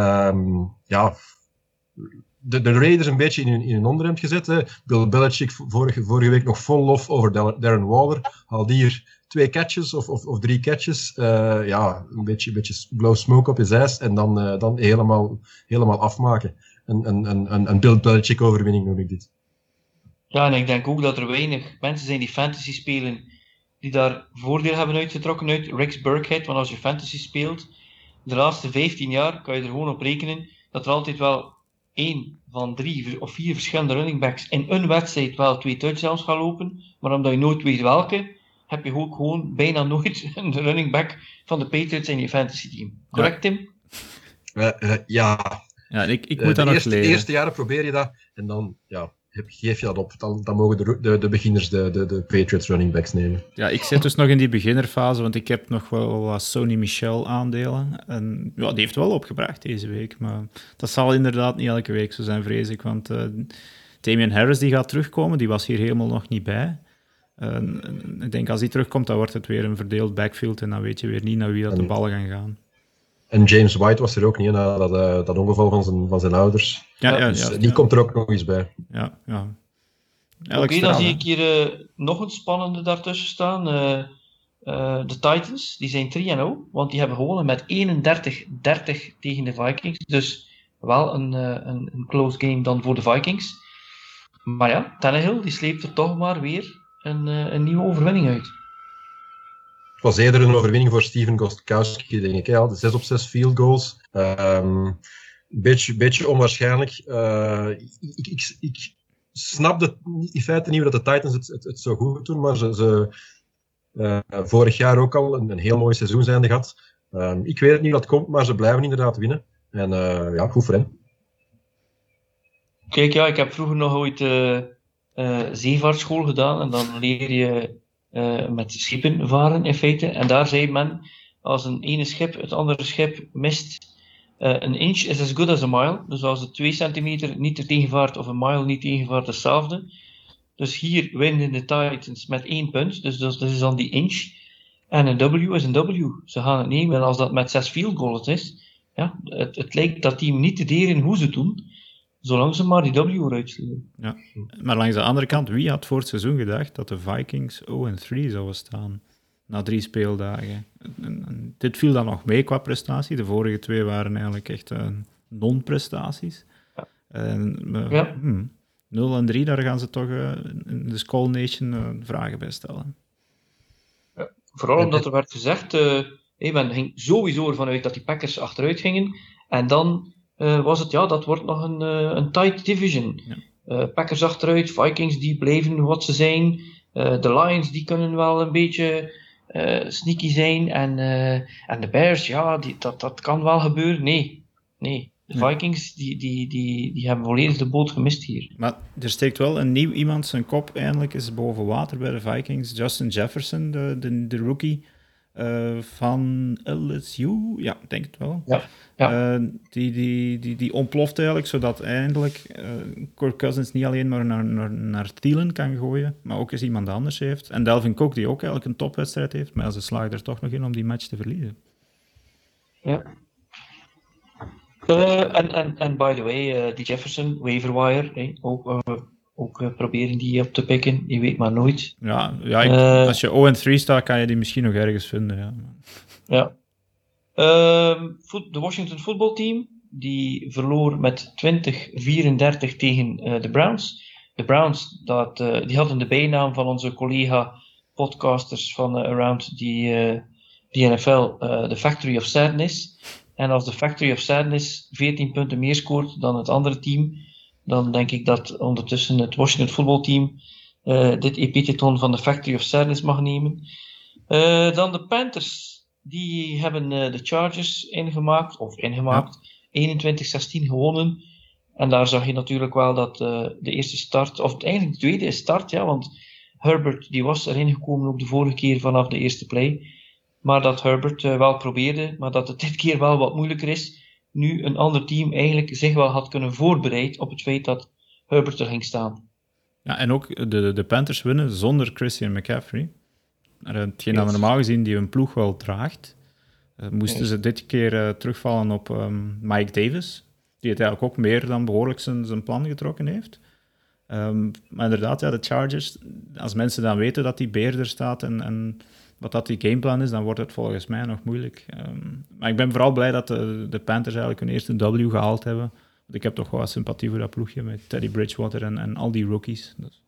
De Raiders een beetje in hun onderhemd gezet. Hè. Bill Belichick vorige week nog vol lof over Darren Waller. Haal die hier 2 catches of 3 catches. Een beetje blow smoke op je ijs en dan helemaal afmaken. Een Bill Belichick overwinning noem ik dit. Ja, en ik denk ook dat er weinig mensen zijn die fantasy spelen die daar voordeel hebben uitgetrokken uit Rex Burkhead. Want als je fantasy speelt, de laatste 15 jaar kan je er gewoon op rekenen dat er altijd wel 1 van 3 of 4 verschillende running backs in een wedstrijd wel 2 touchdowns gaan lopen. Maar omdat je nooit weet welke, heb je ook gewoon bijna nooit een running back van de Patriots in je fantasy team. Correct, Tim? Ja. Ja, ik moet dat nog leren. De eerste jaren probeer je dat en dan geef je dat op. Dan mogen de beginners de Patriots running backs nemen. Ja, ik zit dus nog in die beginnerfase, want ik heb nog wel wat Sony Michel aandelen. En ja, die heeft wel opgebracht deze week, maar dat zal inderdaad niet elke week zo zijn, vrees ik. Want Damian Harris die gaat terugkomen, die was hier helemaal nog niet bij. Ik denk als die terugkomt, dan wordt het weer een verdeeld backfield en dan weet je weer niet naar wie dat de ballen gaan. En James White was er ook niet, na dat ongeval van zijn ouders. Die komt er ook nog eens bij. Ja. Oké, dan zie ik hier nog een spannende daartussen staan. De Titans, die zijn 3-0, want die hebben gewonnen met 31-30 tegen de Vikings. Dus wel een close game dan voor de Vikings. Maar ja, Tannehill, die sleept er toch maar weer een nieuwe overwinning uit. Het was eerder een overwinning voor Steven Gostkowski, denk ik. Hij had 6 op 6 field goals. Beetje onwaarschijnlijk. Ik snap in feite niet dat de Titans het zo goed doen, maar ze vorig jaar ook al een heel mooi seizoen zijnde gehad. Ik weet niet hoe dat komt, maar ze blijven inderdaad winnen. En goed voor hen. Kijk, ik heb vroeger nog ooit zeevaartschool gedaan en dan leer je met schepen varen in feite. En daar zei men, als een ene schip het andere schip mist Een inch is as good as a mile. Dus als het 2 centimeter niet er tegenvaart of een mile niet tegenvaart, hetzelfde. Dus hier winnen de Titans met 1 punt. Dus dat is dan die inch. En een W is een W. Ze gaan het nemen. En als dat met 6 field goals is, ja, het lijkt dat team niet te deren hoe ze het doen, zolang ze maar die W eruit sturen. Ja. Maar langs de andere kant, wie had voor het seizoen gedacht dat de Vikings 0-3 zouden staan na 3 speeldagen? En dit viel dan nog mee qua prestatie. De vorige 2 waren eigenlijk echt non-prestaties. Ja. 0-3, daar gaan ze toch in de Skull Nation vragen bij stellen. Ja, vooral omdat er werd gezegd, men ging sowieso ervan uit dat die Packers achteruit gingen. En dan was het, dat wordt nog een tight division. Ja. Packers achteruit, Vikings die blijven wat ze zijn. De Lions die kunnen wel een beetje sneaky zijn. En de Bears, dat kan wel gebeuren. Nee. De Vikings die hebben volledig de boot gemist hier. Maar er steekt wel een nieuw iemand zijn kop eindelijk eens boven water bij de Vikings. Justin Jefferson, de rookie van LSU. Ja, denk het wel. Ja. Die ontploft eigenlijk, zodat eindelijk Kirk Cousins niet alleen maar naar Thielen kan gooien, maar ook eens iemand anders heeft. En Dalvin Cook, die ook eigenlijk een topwedstrijd heeft, maar ze slagen er toch nog in om die match te verliezen. Ja. En by the way, die Jefferson, waiver wire, ook proberen die op te pikken, je weet maar nooit. Als je 0-3 staat, kan je die misschien nog ergens vinden. Ja. De Washington voetbalteam, die verloor met 20-34 tegen de Browns. De Browns, die hadden de bijnaam van onze collega-podcasters van Around the NFL, The Factory of Sadness. En als de Factory of Sadness 14 punten meer scoort dan het andere team, dan denk ik dat ondertussen het Washington voetbalteam dit epiteton van de Factory of Sadness mag nemen. Dan de Panthers, die hebben de Chargers ingemaakt, 21-16 gewonnen. En daar zag je natuurlijk wel dat de eerste start, of eigenlijk de tweede start, want Herbert die was erin gekomen ook de vorige keer vanaf de eerste play. Maar dat Herbert wel probeerde, maar dat het dit keer wel wat moeilijker is. Nu een ander team eigenlijk zich wel had kunnen voorbereiden op het feit dat Herbert er ging staan. Ja, en ook de Panthers winnen zonder Christian McCaffrey. Hetgeen dat normaal gezien die hun ploeg wel draagt. Moesten ze dit keer terugvallen op Mike Davis, die het eigenlijk ook meer dan behoorlijk zijn plan getrokken heeft. Maar inderdaad, de Chargers, als mensen dan weten dat die beer er staat en wat dat die gameplan is, dan wordt het volgens mij nog moeilijk. Maar ik ben vooral blij dat de Panthers eigenlijk hun eerste W gehaald hebben. Want ik heb toch wel sympathie voor dat ploegje met Teddy Bridgewater en al die rookies. Dus.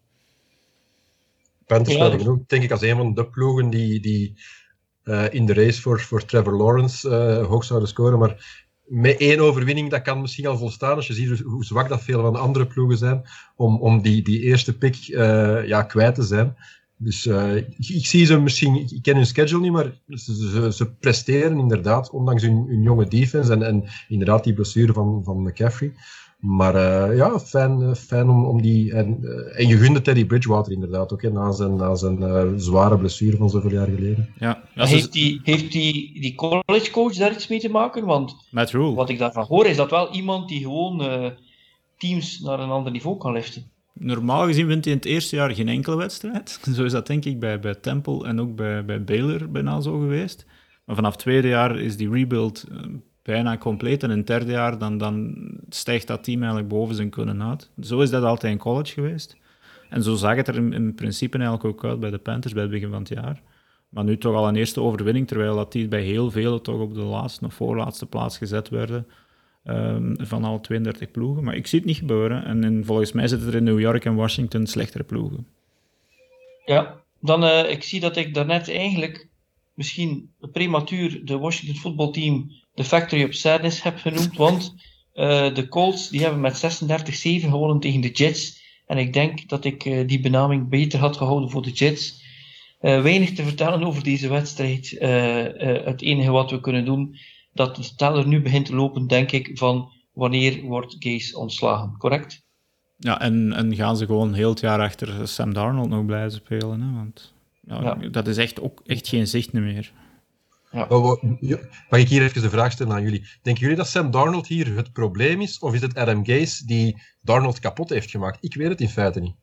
Panthers ook, denk ik, als een van de ploegen die in de race voor Trevor Lawrence hoog zouden scoren. Maar met 1 overwinning, dat kan misschien al volstaan. Als je ziet hoe zwak dat veel van de andere ploegen zijn, om die eerste pick kwijt te zijn. Dus ik zie ze misschien, ik ken hun schedule niet, maar ze presteren inderdaad, ondanks hun jonge defense en inderdaad die blessure van McCaffrey. Maar fijn om die... En je gunde Teddy Bridgewater inderdaad ook, na zijn zware blessure van zoveel jaar geleden. Ja, heeft die college coach daar iets mee te maken? Want Matt Rule. Wat ik daarvan hoor, is dat wel iemand die gewoon teams naar een ander niveau kan liften. Normaal gezien wint hij in het eerste jaar geen enkele wedstrijd. Zo is dat denk ik bij Temple en ook bij Baylor bijna zo geweest. Maar vanaf het tweede jaar is die rebuild bijna compleet. En in het derde jaar dan stijgt dat team eigenlijk boven zijn kunnen uit. Zo is dat altijd in college geweest. En zo zag het er in principe eigenlijk ook uit bij de Panthers bij het begin van het jaar. Maar nu toch al een eerste overwinning, terwijl dat die bij heel velen toch op de laatste of voorlaatste plaats gezet werden. Van al 32 ploegen. Maar ik zie het niet gebeuren. En volgens mij zitten er in New York en Washington slechtere ploegen. Ja, dan ik zie dat ik daarnet eigenlijk misschien prematuur de Washington voetbalteam de Factory of Sadness heb genoemd. Want de Colts die hebben met 36-7 gewonnen tegen de Jets. En ik denk dat ik die benaming beter had gehouden voor de Jets. Weinig te vertellen over deze wedstrijd. Het enige wat we kunnen doen, dat de teller nu begint te lopen, denk ik, van wanneer wordt Gase ontslagen, correct? Ja, en gaan ze gewoon heel het jaar achter Sam Darnold nog blijven spelen, hè? Want dat is echt geen zicht meer. Ja. Mag ik hier even de vraag stellen aan jullie? Denken jullie dat Sam Darnold hier het probleem is? Of is het Adam Gase die Darnold kapot heeft gemaakt? Ik weet het in feite niet.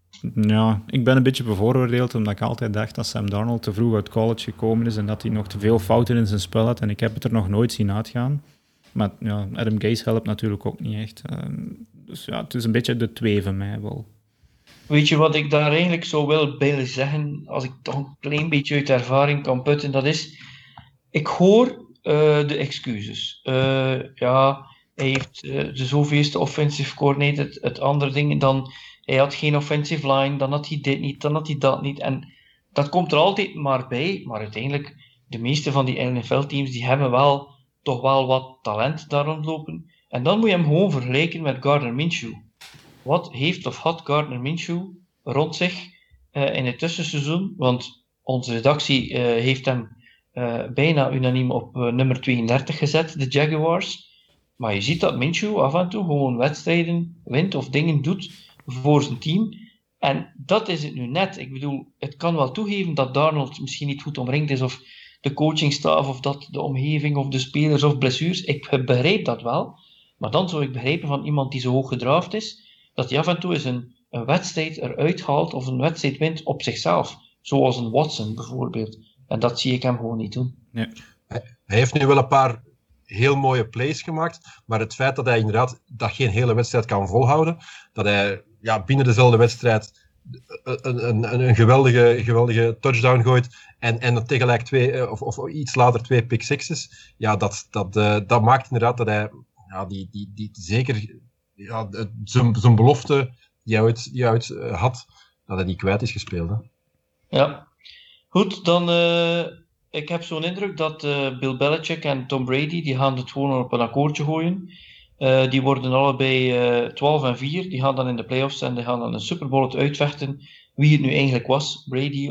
Ja, ik ben een beetje bevooroordeeld omdat ik altijd dacht dat Sam Darnold te vroeg uit college gekomen is en dat hij nog te veel fouten in zijn spel had en ik heb het er nog nooit zien uitgaan. Maar ja, Adam Gase helpt natuurlijk ook niet echt. Dus ja, het is een beetje de twee van mij wel. Weet je wat ik daar eigenlijk zou willen zeggen, als ik toch een klein beetje uit ervaring kan putten, dat is, ik hoor de excuses. Ja, hij heeft de zoveelste offensive coordinator, het andere ding, dan hij had geen offensive line, dan had hij dit niet, dan had hij dat niet. En dat komt er altijd maar bij, maar uiteindelijk, de meeste van die NFL-teams, die hebben wel toch wel wat talent daar rondlopen. En dan moet je hem gewoon vergelijken met Gardner Minshew. Wat heeft of had Gardner Minshew rond zich in het tussenseizoen? Want onze redactie heeft hem bijna unaniem op nummer 32 gezet, de Jaguars. Maar je ziet dat Minshew af en toe gewoon wedstrijden wint of dingen doet voor zijn team. En dat is het nu net. Ik bedoel, het kan wel toegeven dat Darnold misschien niet goed omringd is, of de coachingstaf, of dat de omgeving, of de spelers, of blessures. Ik begrijp dat wel. Maar dan zou ik begrijpen van iemand die zo hoog gedraft is, dat hij af en toe eens een wedstrijd eruit haalt, of een wedstrijd wint op zichzelf. Zoals een Watson bijvoorbeeld. En dat zie ik hem gewoon niet doen. Nee. Hij heeft nu wel een paar heel mooie plays gemaakt, maar het feit dat hij inderdaad dat geen hele wedstrijd kan volhouden, dat hij binnen dezelfde wedstrijd een geweldige touchdown gooit en tegelijk of iets later 2 pick sixes, ja, dat maakt inderdaad dat hij die zeker zijn belofte die hij ooit had, dat hij die kwijt is gespeeld. Hè. Ja. Goed, dan ik heb zo'n indruk dat Bill Belichick en Tom Brady, die gaan het gewoon op een akkoordje gooien. Die worden allebei 12-4. Die gaan dan in de playoffs en die gaan dan een Super Bowl uitvechten. Wie het nu eigenlijk was, Brady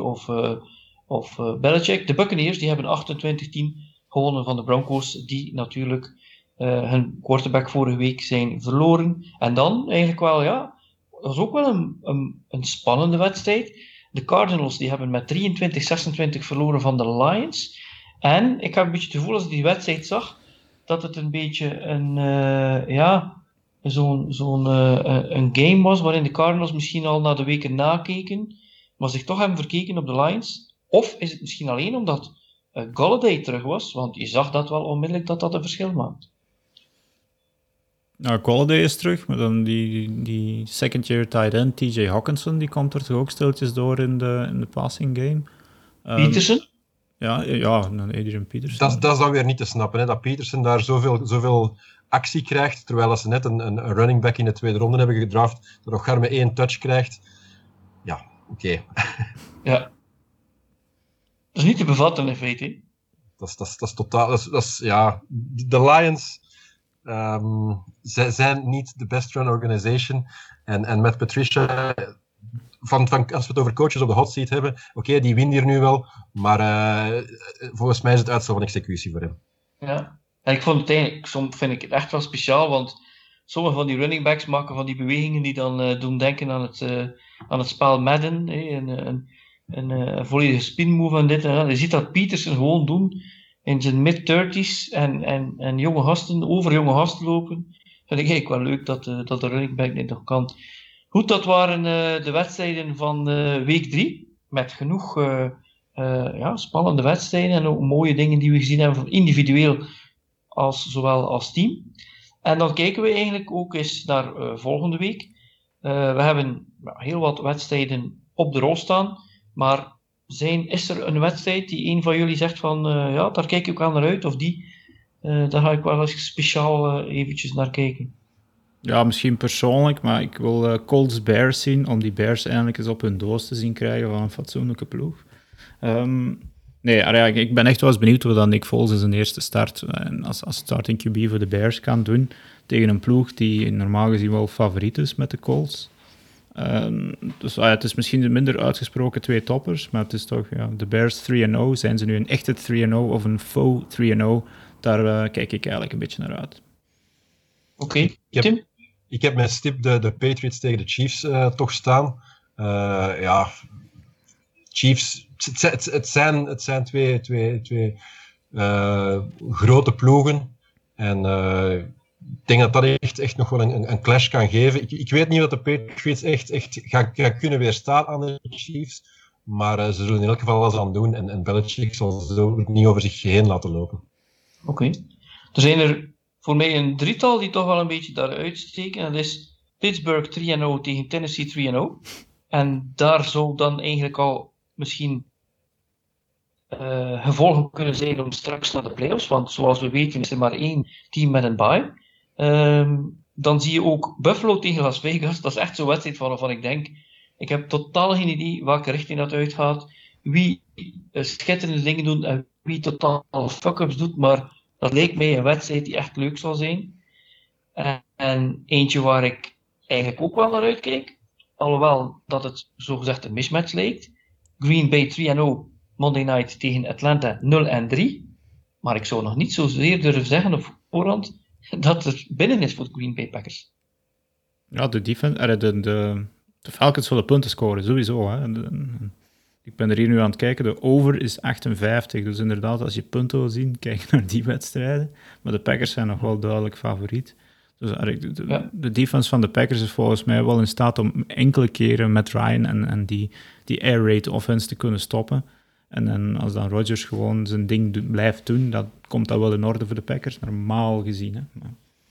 of Belichick. De Buccaneers, die hebben 28-10 gewonnen van de Broncos, die natuurlijk hun quarterback vorige week zijn verloren. En dan eigenlijk wel, dat was ook wel een spannende wedstrijd. De Cardinals, die hebben met 23-26 verloren van de Lions. En ik heb een beetje het gevoel, als ik die wedstrijd zag, dat het een beetje een game was waarin de Cardinals misschien al na de weken nakeken, maar zich toch hebben verkeken op de Lions. Of is het misschien alleen omdat Golladay terug was, want je zag dat wel onmiddellijk dat een verschil maakt. Nou, Golladay is terug, maar dan die second-year tight end, TJ Hawkinson, die komt er toch ook stiltjes door in de passing game. Peterson? Ja, Adrian Peterson. Dat is dan weer niet te snappen, hè, dat Peterson daar zoveel actie krijgt, terwijl ze net een running back in de tweede ronde hebben gedraft, dat nog garme 1 touch krijgt. Ja, oké. Ja. Dat is niet te bevatten in feite. Dat is totaal... De Lions zijn niet de best run organization. En met Patricia... Als we het over coaches op de hot seat hebben, oké, die wint hier nu wel, maar volgens mij is het uitstel van executie voor hem. Ja, en ik vond het eigenlijk, soms vind ik het echt wel speciaal, want sommige van die running backs maken van die bewegingen die dan doen denken aan het spel Madden, een volledige spin move en dit en dat. Je ziet dat Peterson gewoon doen in zijn mid-30s en jonge gasten, over jonge gasten lopen. Vind ik eigenlijk wel leuk dat de running back dit nog kan. Goed, dat waren de wedstrijden van week 3, met genoeg spannende wedstrijden en ook mooie dingen die we gezien hebben, van individueel zowel als team. En dan kijken we eigenlijk ook eens naar volgende week. We hebben heel wat wedstrijden op de rol staan, maar is er een wedstrijd die een van jullie zegt van daar kijk ik wel naar uit, of daar ga ik wel eens speciaal eventjes naar kijken? Ja, misschien persoonlijk, maar ik wil Colts-Bears zien, om die Bears eindelijk eens op hun doos te zien krijgen van een fatsoenlijke ploeg. Ik ben echt wel eens benieuwd hoe dan Nick Foles in zijn eerste start als starting QB voor de Bears kan doen, tegen een ploeg die normaal gezien wel favoriet is met de Colts. Het is misschien minder uitgesproken 2 toppers, maar het is toch, de Bears 3-0. Zijn ze nu een echte 3-0 of een faux 3-0? Daar kijk ik eigenlijk een beetje naar uit. Oké, Tim? Ik heb mijn stip de Patriots tegen de Chiefs toch staan. Chiefs, het zijn twee grote ploegen. En ik denk dat dat echt nog wel een clash kan geven. Ik weet niet of de Patriots echt gaan kunnen weerstaan aan de Chiefs. Maar ze zullen in elk geval alles aan doen. En Belichick zal zo niet over zich heen laten lopen. Oké. Er zijn er voor mij een drietal die toch wel een beetje daaruit steken. En dat is Pittsburgh 3-0 tegen Tennessee 3-0. En daar zou dan eigenlijk al misschien gevolgen kunnen zijn om straks naar de playoffs. Want zoals we weten is er maar 1 team met een bye. Dan zie je ook Buffalo tegen Las Vegas. Dat is echt zo'n wedstrijd waarvan ik denk, ik heb totaal geen idee welke richting dat uitgaat. Wie schitterende dingen doet en wie totaal fuck-ups doet. Maar dat leek mij een wedstrijd die echt leuk zal zijn. En eentje waar ik eigenlijk ook wel naar uitkijk. Alhoewel dat het zogezegd een mismatch lijkt. Green Bay 3-0 Monday Night tegen Atlanta 0-3. Maar ik zou nog niet zozeer durven zeggen op voorhand dat er binnen is voor de Green Bay Packers. Ja, de defense, de Falcons willen punten scoren, sowieso. Hè. Ik ben er hier nu aan het kijken, de over is 58. Dus inderdaad, als je punten wil zien, kijk naar die wedstrijden. Maar de Packers zijn nog wel duidelijk favoriet. Dus de defense van de Packers is volgens mij wel in staat om enkele keren met Ryan en die air raid offense te kunnen stoppen. En als dan Rodgers gewoon zijn ding blijft doen, dan komt dat wel in orde voor de Packers, normaal gezien. Hè. Maar...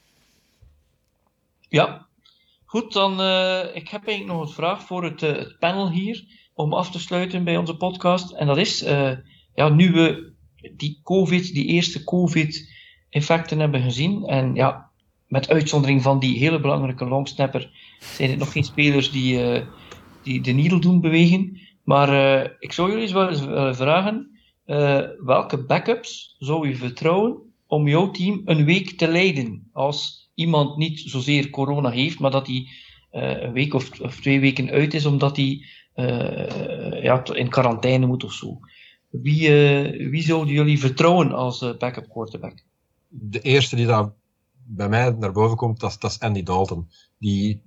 Ja, goed, dan ik heb eigenlijk nog een vraag voor het panel hier, om af te sluiten bij onze podcast. En dat is, nu we die eerste COVID-infecten hebben gezien, en ja, met uitzondering van die hele belangrijke longsnapper, zijn het nog geen spelers die de needle doen bewegen. Maar ik zou jullie eens wel eens willen vragen, welke backups zou je vertrouwen om jouw team een week te leiden? Als iemand niet zozeer corona heeft, maar dat hij een week of 2 weken uit is, omdat hij in quarantaine moet of zo. Wie zouden jullie vertrouwen als backup quarterback? De eerste die daar bij mij naar boven komt, dat is Andy Dalton. Die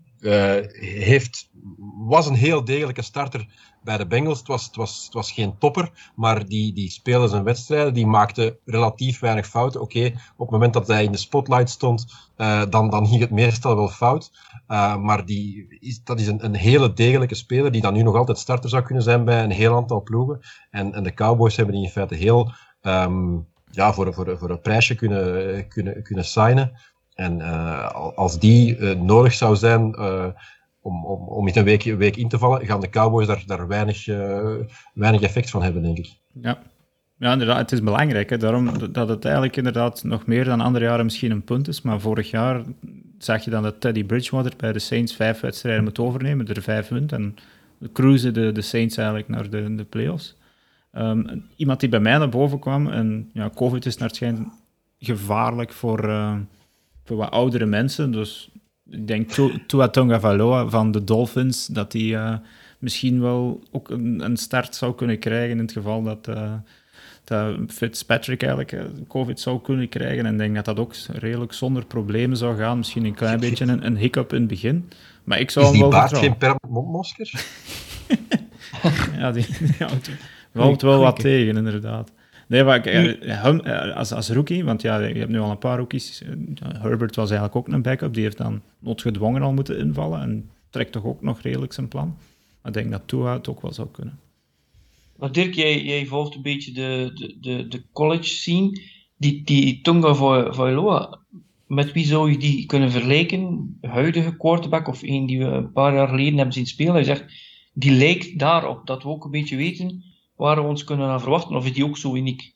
was een heel degelijke starter bij de Bengals. Het was geen topper, maar die speelde zijn wedstrijden. Die maakte relatief weinig fouten. Oké, op het moment dat hij in de spotlight stond, dan ging het meestal wel fout. Maar dat is een hele degelijke speler, die dan nu nog altijd starter zou kunnen zijn bij een heel aantal ploegen. En de Cowboys hebben die in feite heel voor een prijsje kunnen signen. En als die nodig zou zijn om met een week in te vallen, gaan de Cowboys daar weinig effect van hebben, denk ik. Ja, inderdaad, het is belangrijk. Hè? Daarom dat het eigenlijk inderdaad nog meer dan andere jaren misschien een punt is. Maar vorig jaar zag je dan dat Teddy Bridgewater bij de Saints 5 wedstrijden moet overnemen, er 5 wint. En cruisen de Saints eigenlijk naar de playoffs. Iemand die bij mij naar boven kwam, en ja, COVID is naar het schijn gevaarlijk voor wat oudere mensen, dus ik denk Tua Tagovailoa van de Dolphins, dat die misschien wel ook een start zou kunnen krijgen in het geval dat Fitzpatrick eigenlijk COVID zou kunnen krijgen, en ik denk dat dat ook redelijk zonder problemen zou gaan, misschien een klein beetje een hiccup in het begin. Maar ik zou is die hem wel baard vertrouwen. geen permanent mondmasker? Ja, die houdt wel wat tegen, inderdaad. Nee, maar als rookie, want ja, je hebt nu al een paar rookies. Herbert was eigenlijk ook een backup, die heeft dan noodgedwongen al moeten invallen en trekt toch ook nog redelijk zijn plan. Maar ik denk dat Tua het ook wel zou kunnen. Maar Dirk, jij volgt een beetje de college scene. Die Tagovailoa, met wie zou je die kunnen vergelijken? De huidige quarterback of een die we een paar jaar geleden hebben zien spelen? Hij zegt, die lijkt daarop, dat we ook een beetje weten waar we ons kunnen aan verwachten, of is die ook zo uniek?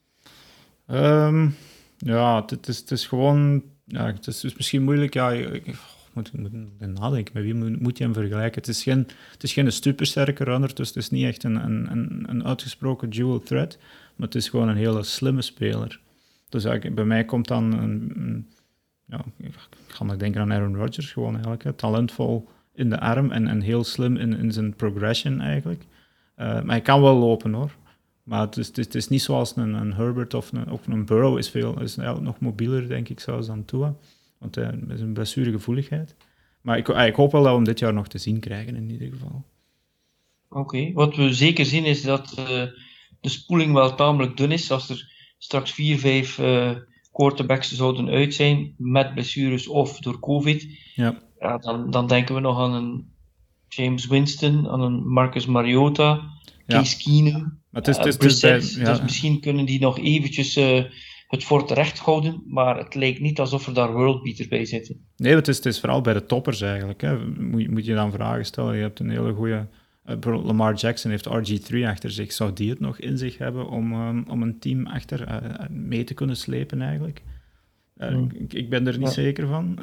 Het is gewoon... Ja, het is misschien moeilijk. Ja, ik moet nadenken, met wie moet je hem vergelijken? Het is geen supersterke runner, dus het is niet echt een uitgesproken dual threat, maar het is gewoon een hele slimme speler. Dus bij mij komt dan ik ga maar denken aan Aaron Rodgers, gewoon eigenlijk. Talentvol in de arm en heel slim in zijn progression eigenlijk. Maar hij kan wel lopen, hoor. Maar het is niet zoals een Herbert of een Burrow is eigenlijk nog mobieler, denk ik, zelfs dan Tua. Want hij is een blessuregevoeligheid. Maar ik hoop wel dat we hem dit jaar nog te zien krijgen, in ieder geval. Oké. Wat we zeker zien is dat de spoeling wel tamelijk dun is. Als er straks 4-5 quarterbacks zouden uit zijn, met blessures of door COVID, Ja. ja, dan denken we nog aan een James Winston, aan een Marcus Mariota, Ja. Case Keenum, Maar het is Brissett. bij- Dus misschien kunnen die nog eventjes het fort terecht houden, maar het lijkt niet alsof er daar worldbeater bij zitten. Nee, het is vooral bij de toppers eigenlijk. Hè. Moet je dan vragen stellen. Je hebt een hele goede... bijvoorbeeld Lamar Jackson heeft RG3 achter zich. Zou die het nog in zich hebben om een team achter mee te kunnen slepen eigenlijk? Ik ben er niet zeker van.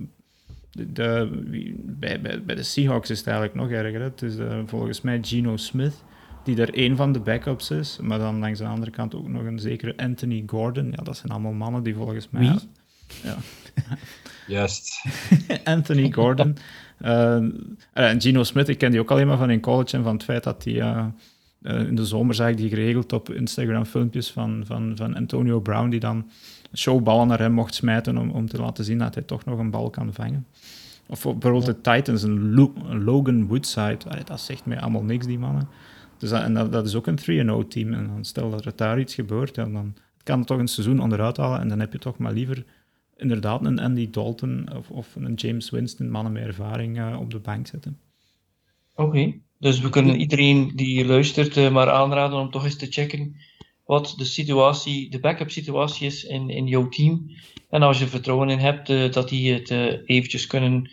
Bij de Seahawks is het eigenlijk nog erger. Hè. Het is volgens mij Geno Smith, die er één van de backups is, maar dan langs de andere kant ook nog een zekere Anthony Gordon. Ja, dat zijn allemaal mannen die volgens mij... Wie? Ja. Juist. Anthony Gordon. En Geno Smith, ik ken die ook alleen maar van in college en van het feit dat hij... in de zomer zag ik die geregeld op Instagram filmpjes van Antonio Brown, die dan showballen naar hem mocht smijten om te laten zien dat hij toch nog een bal kan vangen. Of bijvoorbeeld de Titans, een Logan Woodside. Dat zegt mij allemaal niks, die mannen. Dus dat is ook een 3-0 team. En dan stel dat er daar iets gebeurt, ja, dan kan het toch een seizoen onderuit halen en dan heb je toch maar liever inderdaad een Andy Dalton of een James Winston, mannen met ervaring, op de bank zetten. Oké. Dus we kunnen iedereen die luistert maar aanraden om toch eens te checken wat de backup situatie is in jouw team. En als je vertrouwen in hebt dat die het eventjes kunnen,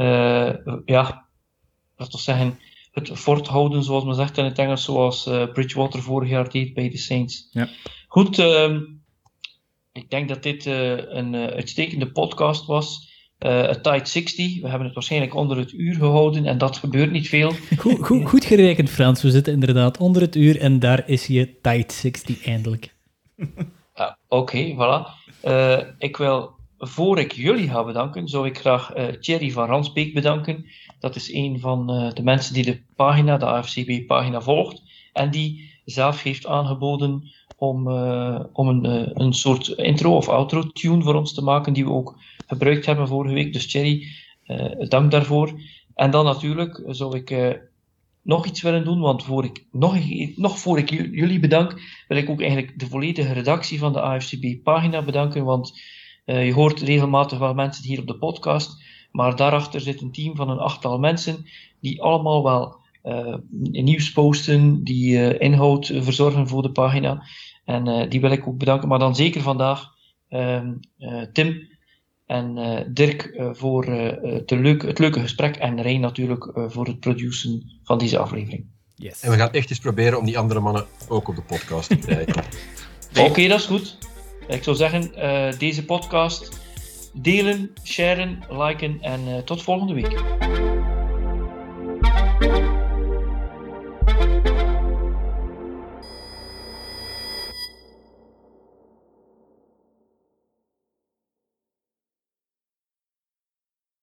het voorthouden, zoals men zegt in het Engels, zoals Bridgewater vorig jaar deed bij de Saints. Ja. Goed, ik denk dat dit een uitstekende podcast was. A tight 60. We hebben het waarschijnlijk onder het uur gehouden en dat gebeurt niet veel. Goed gerekend, Frans. We zitten inderdaad onder het uur en daar is je tight 60 eindelijk. Oké, voilà. Ik wil, voor ik jullie ga bedanken, zou ik graag Thierry van Ransbeek bedanken. Dat is een van de mensen die de AFCB-pagina volgt en die zelf heeft aangeboden om een soort intro of outro tune voor ons te maken, die we ook gebruikt hebben vorige week. Dus Thierry, dank daarvoor. En dan natuurlijk zou ik nog iets willen doen, want voor ik jullie bedank, wil ik ook eigenlijk de volledige redactie van de AFCB-pagina bedanken, want je hoort regelmatig wel mensen hier op de podcast, maar daarachter zit een team van een 8-tal mensen die allemaal wel nieuws posten, die inhoud verzorgen voor de pagina. En die wil ik ook bedanken, maar dan zeker vandaag Tim en Dirk voor het leuke gesprek en Rijn natuurlijk voor het produceren van deze aflevering. Yes. En we gaan echt eens proberen om die andere mannen ook op de podcast te krijgen. Oké, dat is goed. Ik zou zeggen, deze podcast delen, sharen, liken en tot volgende week.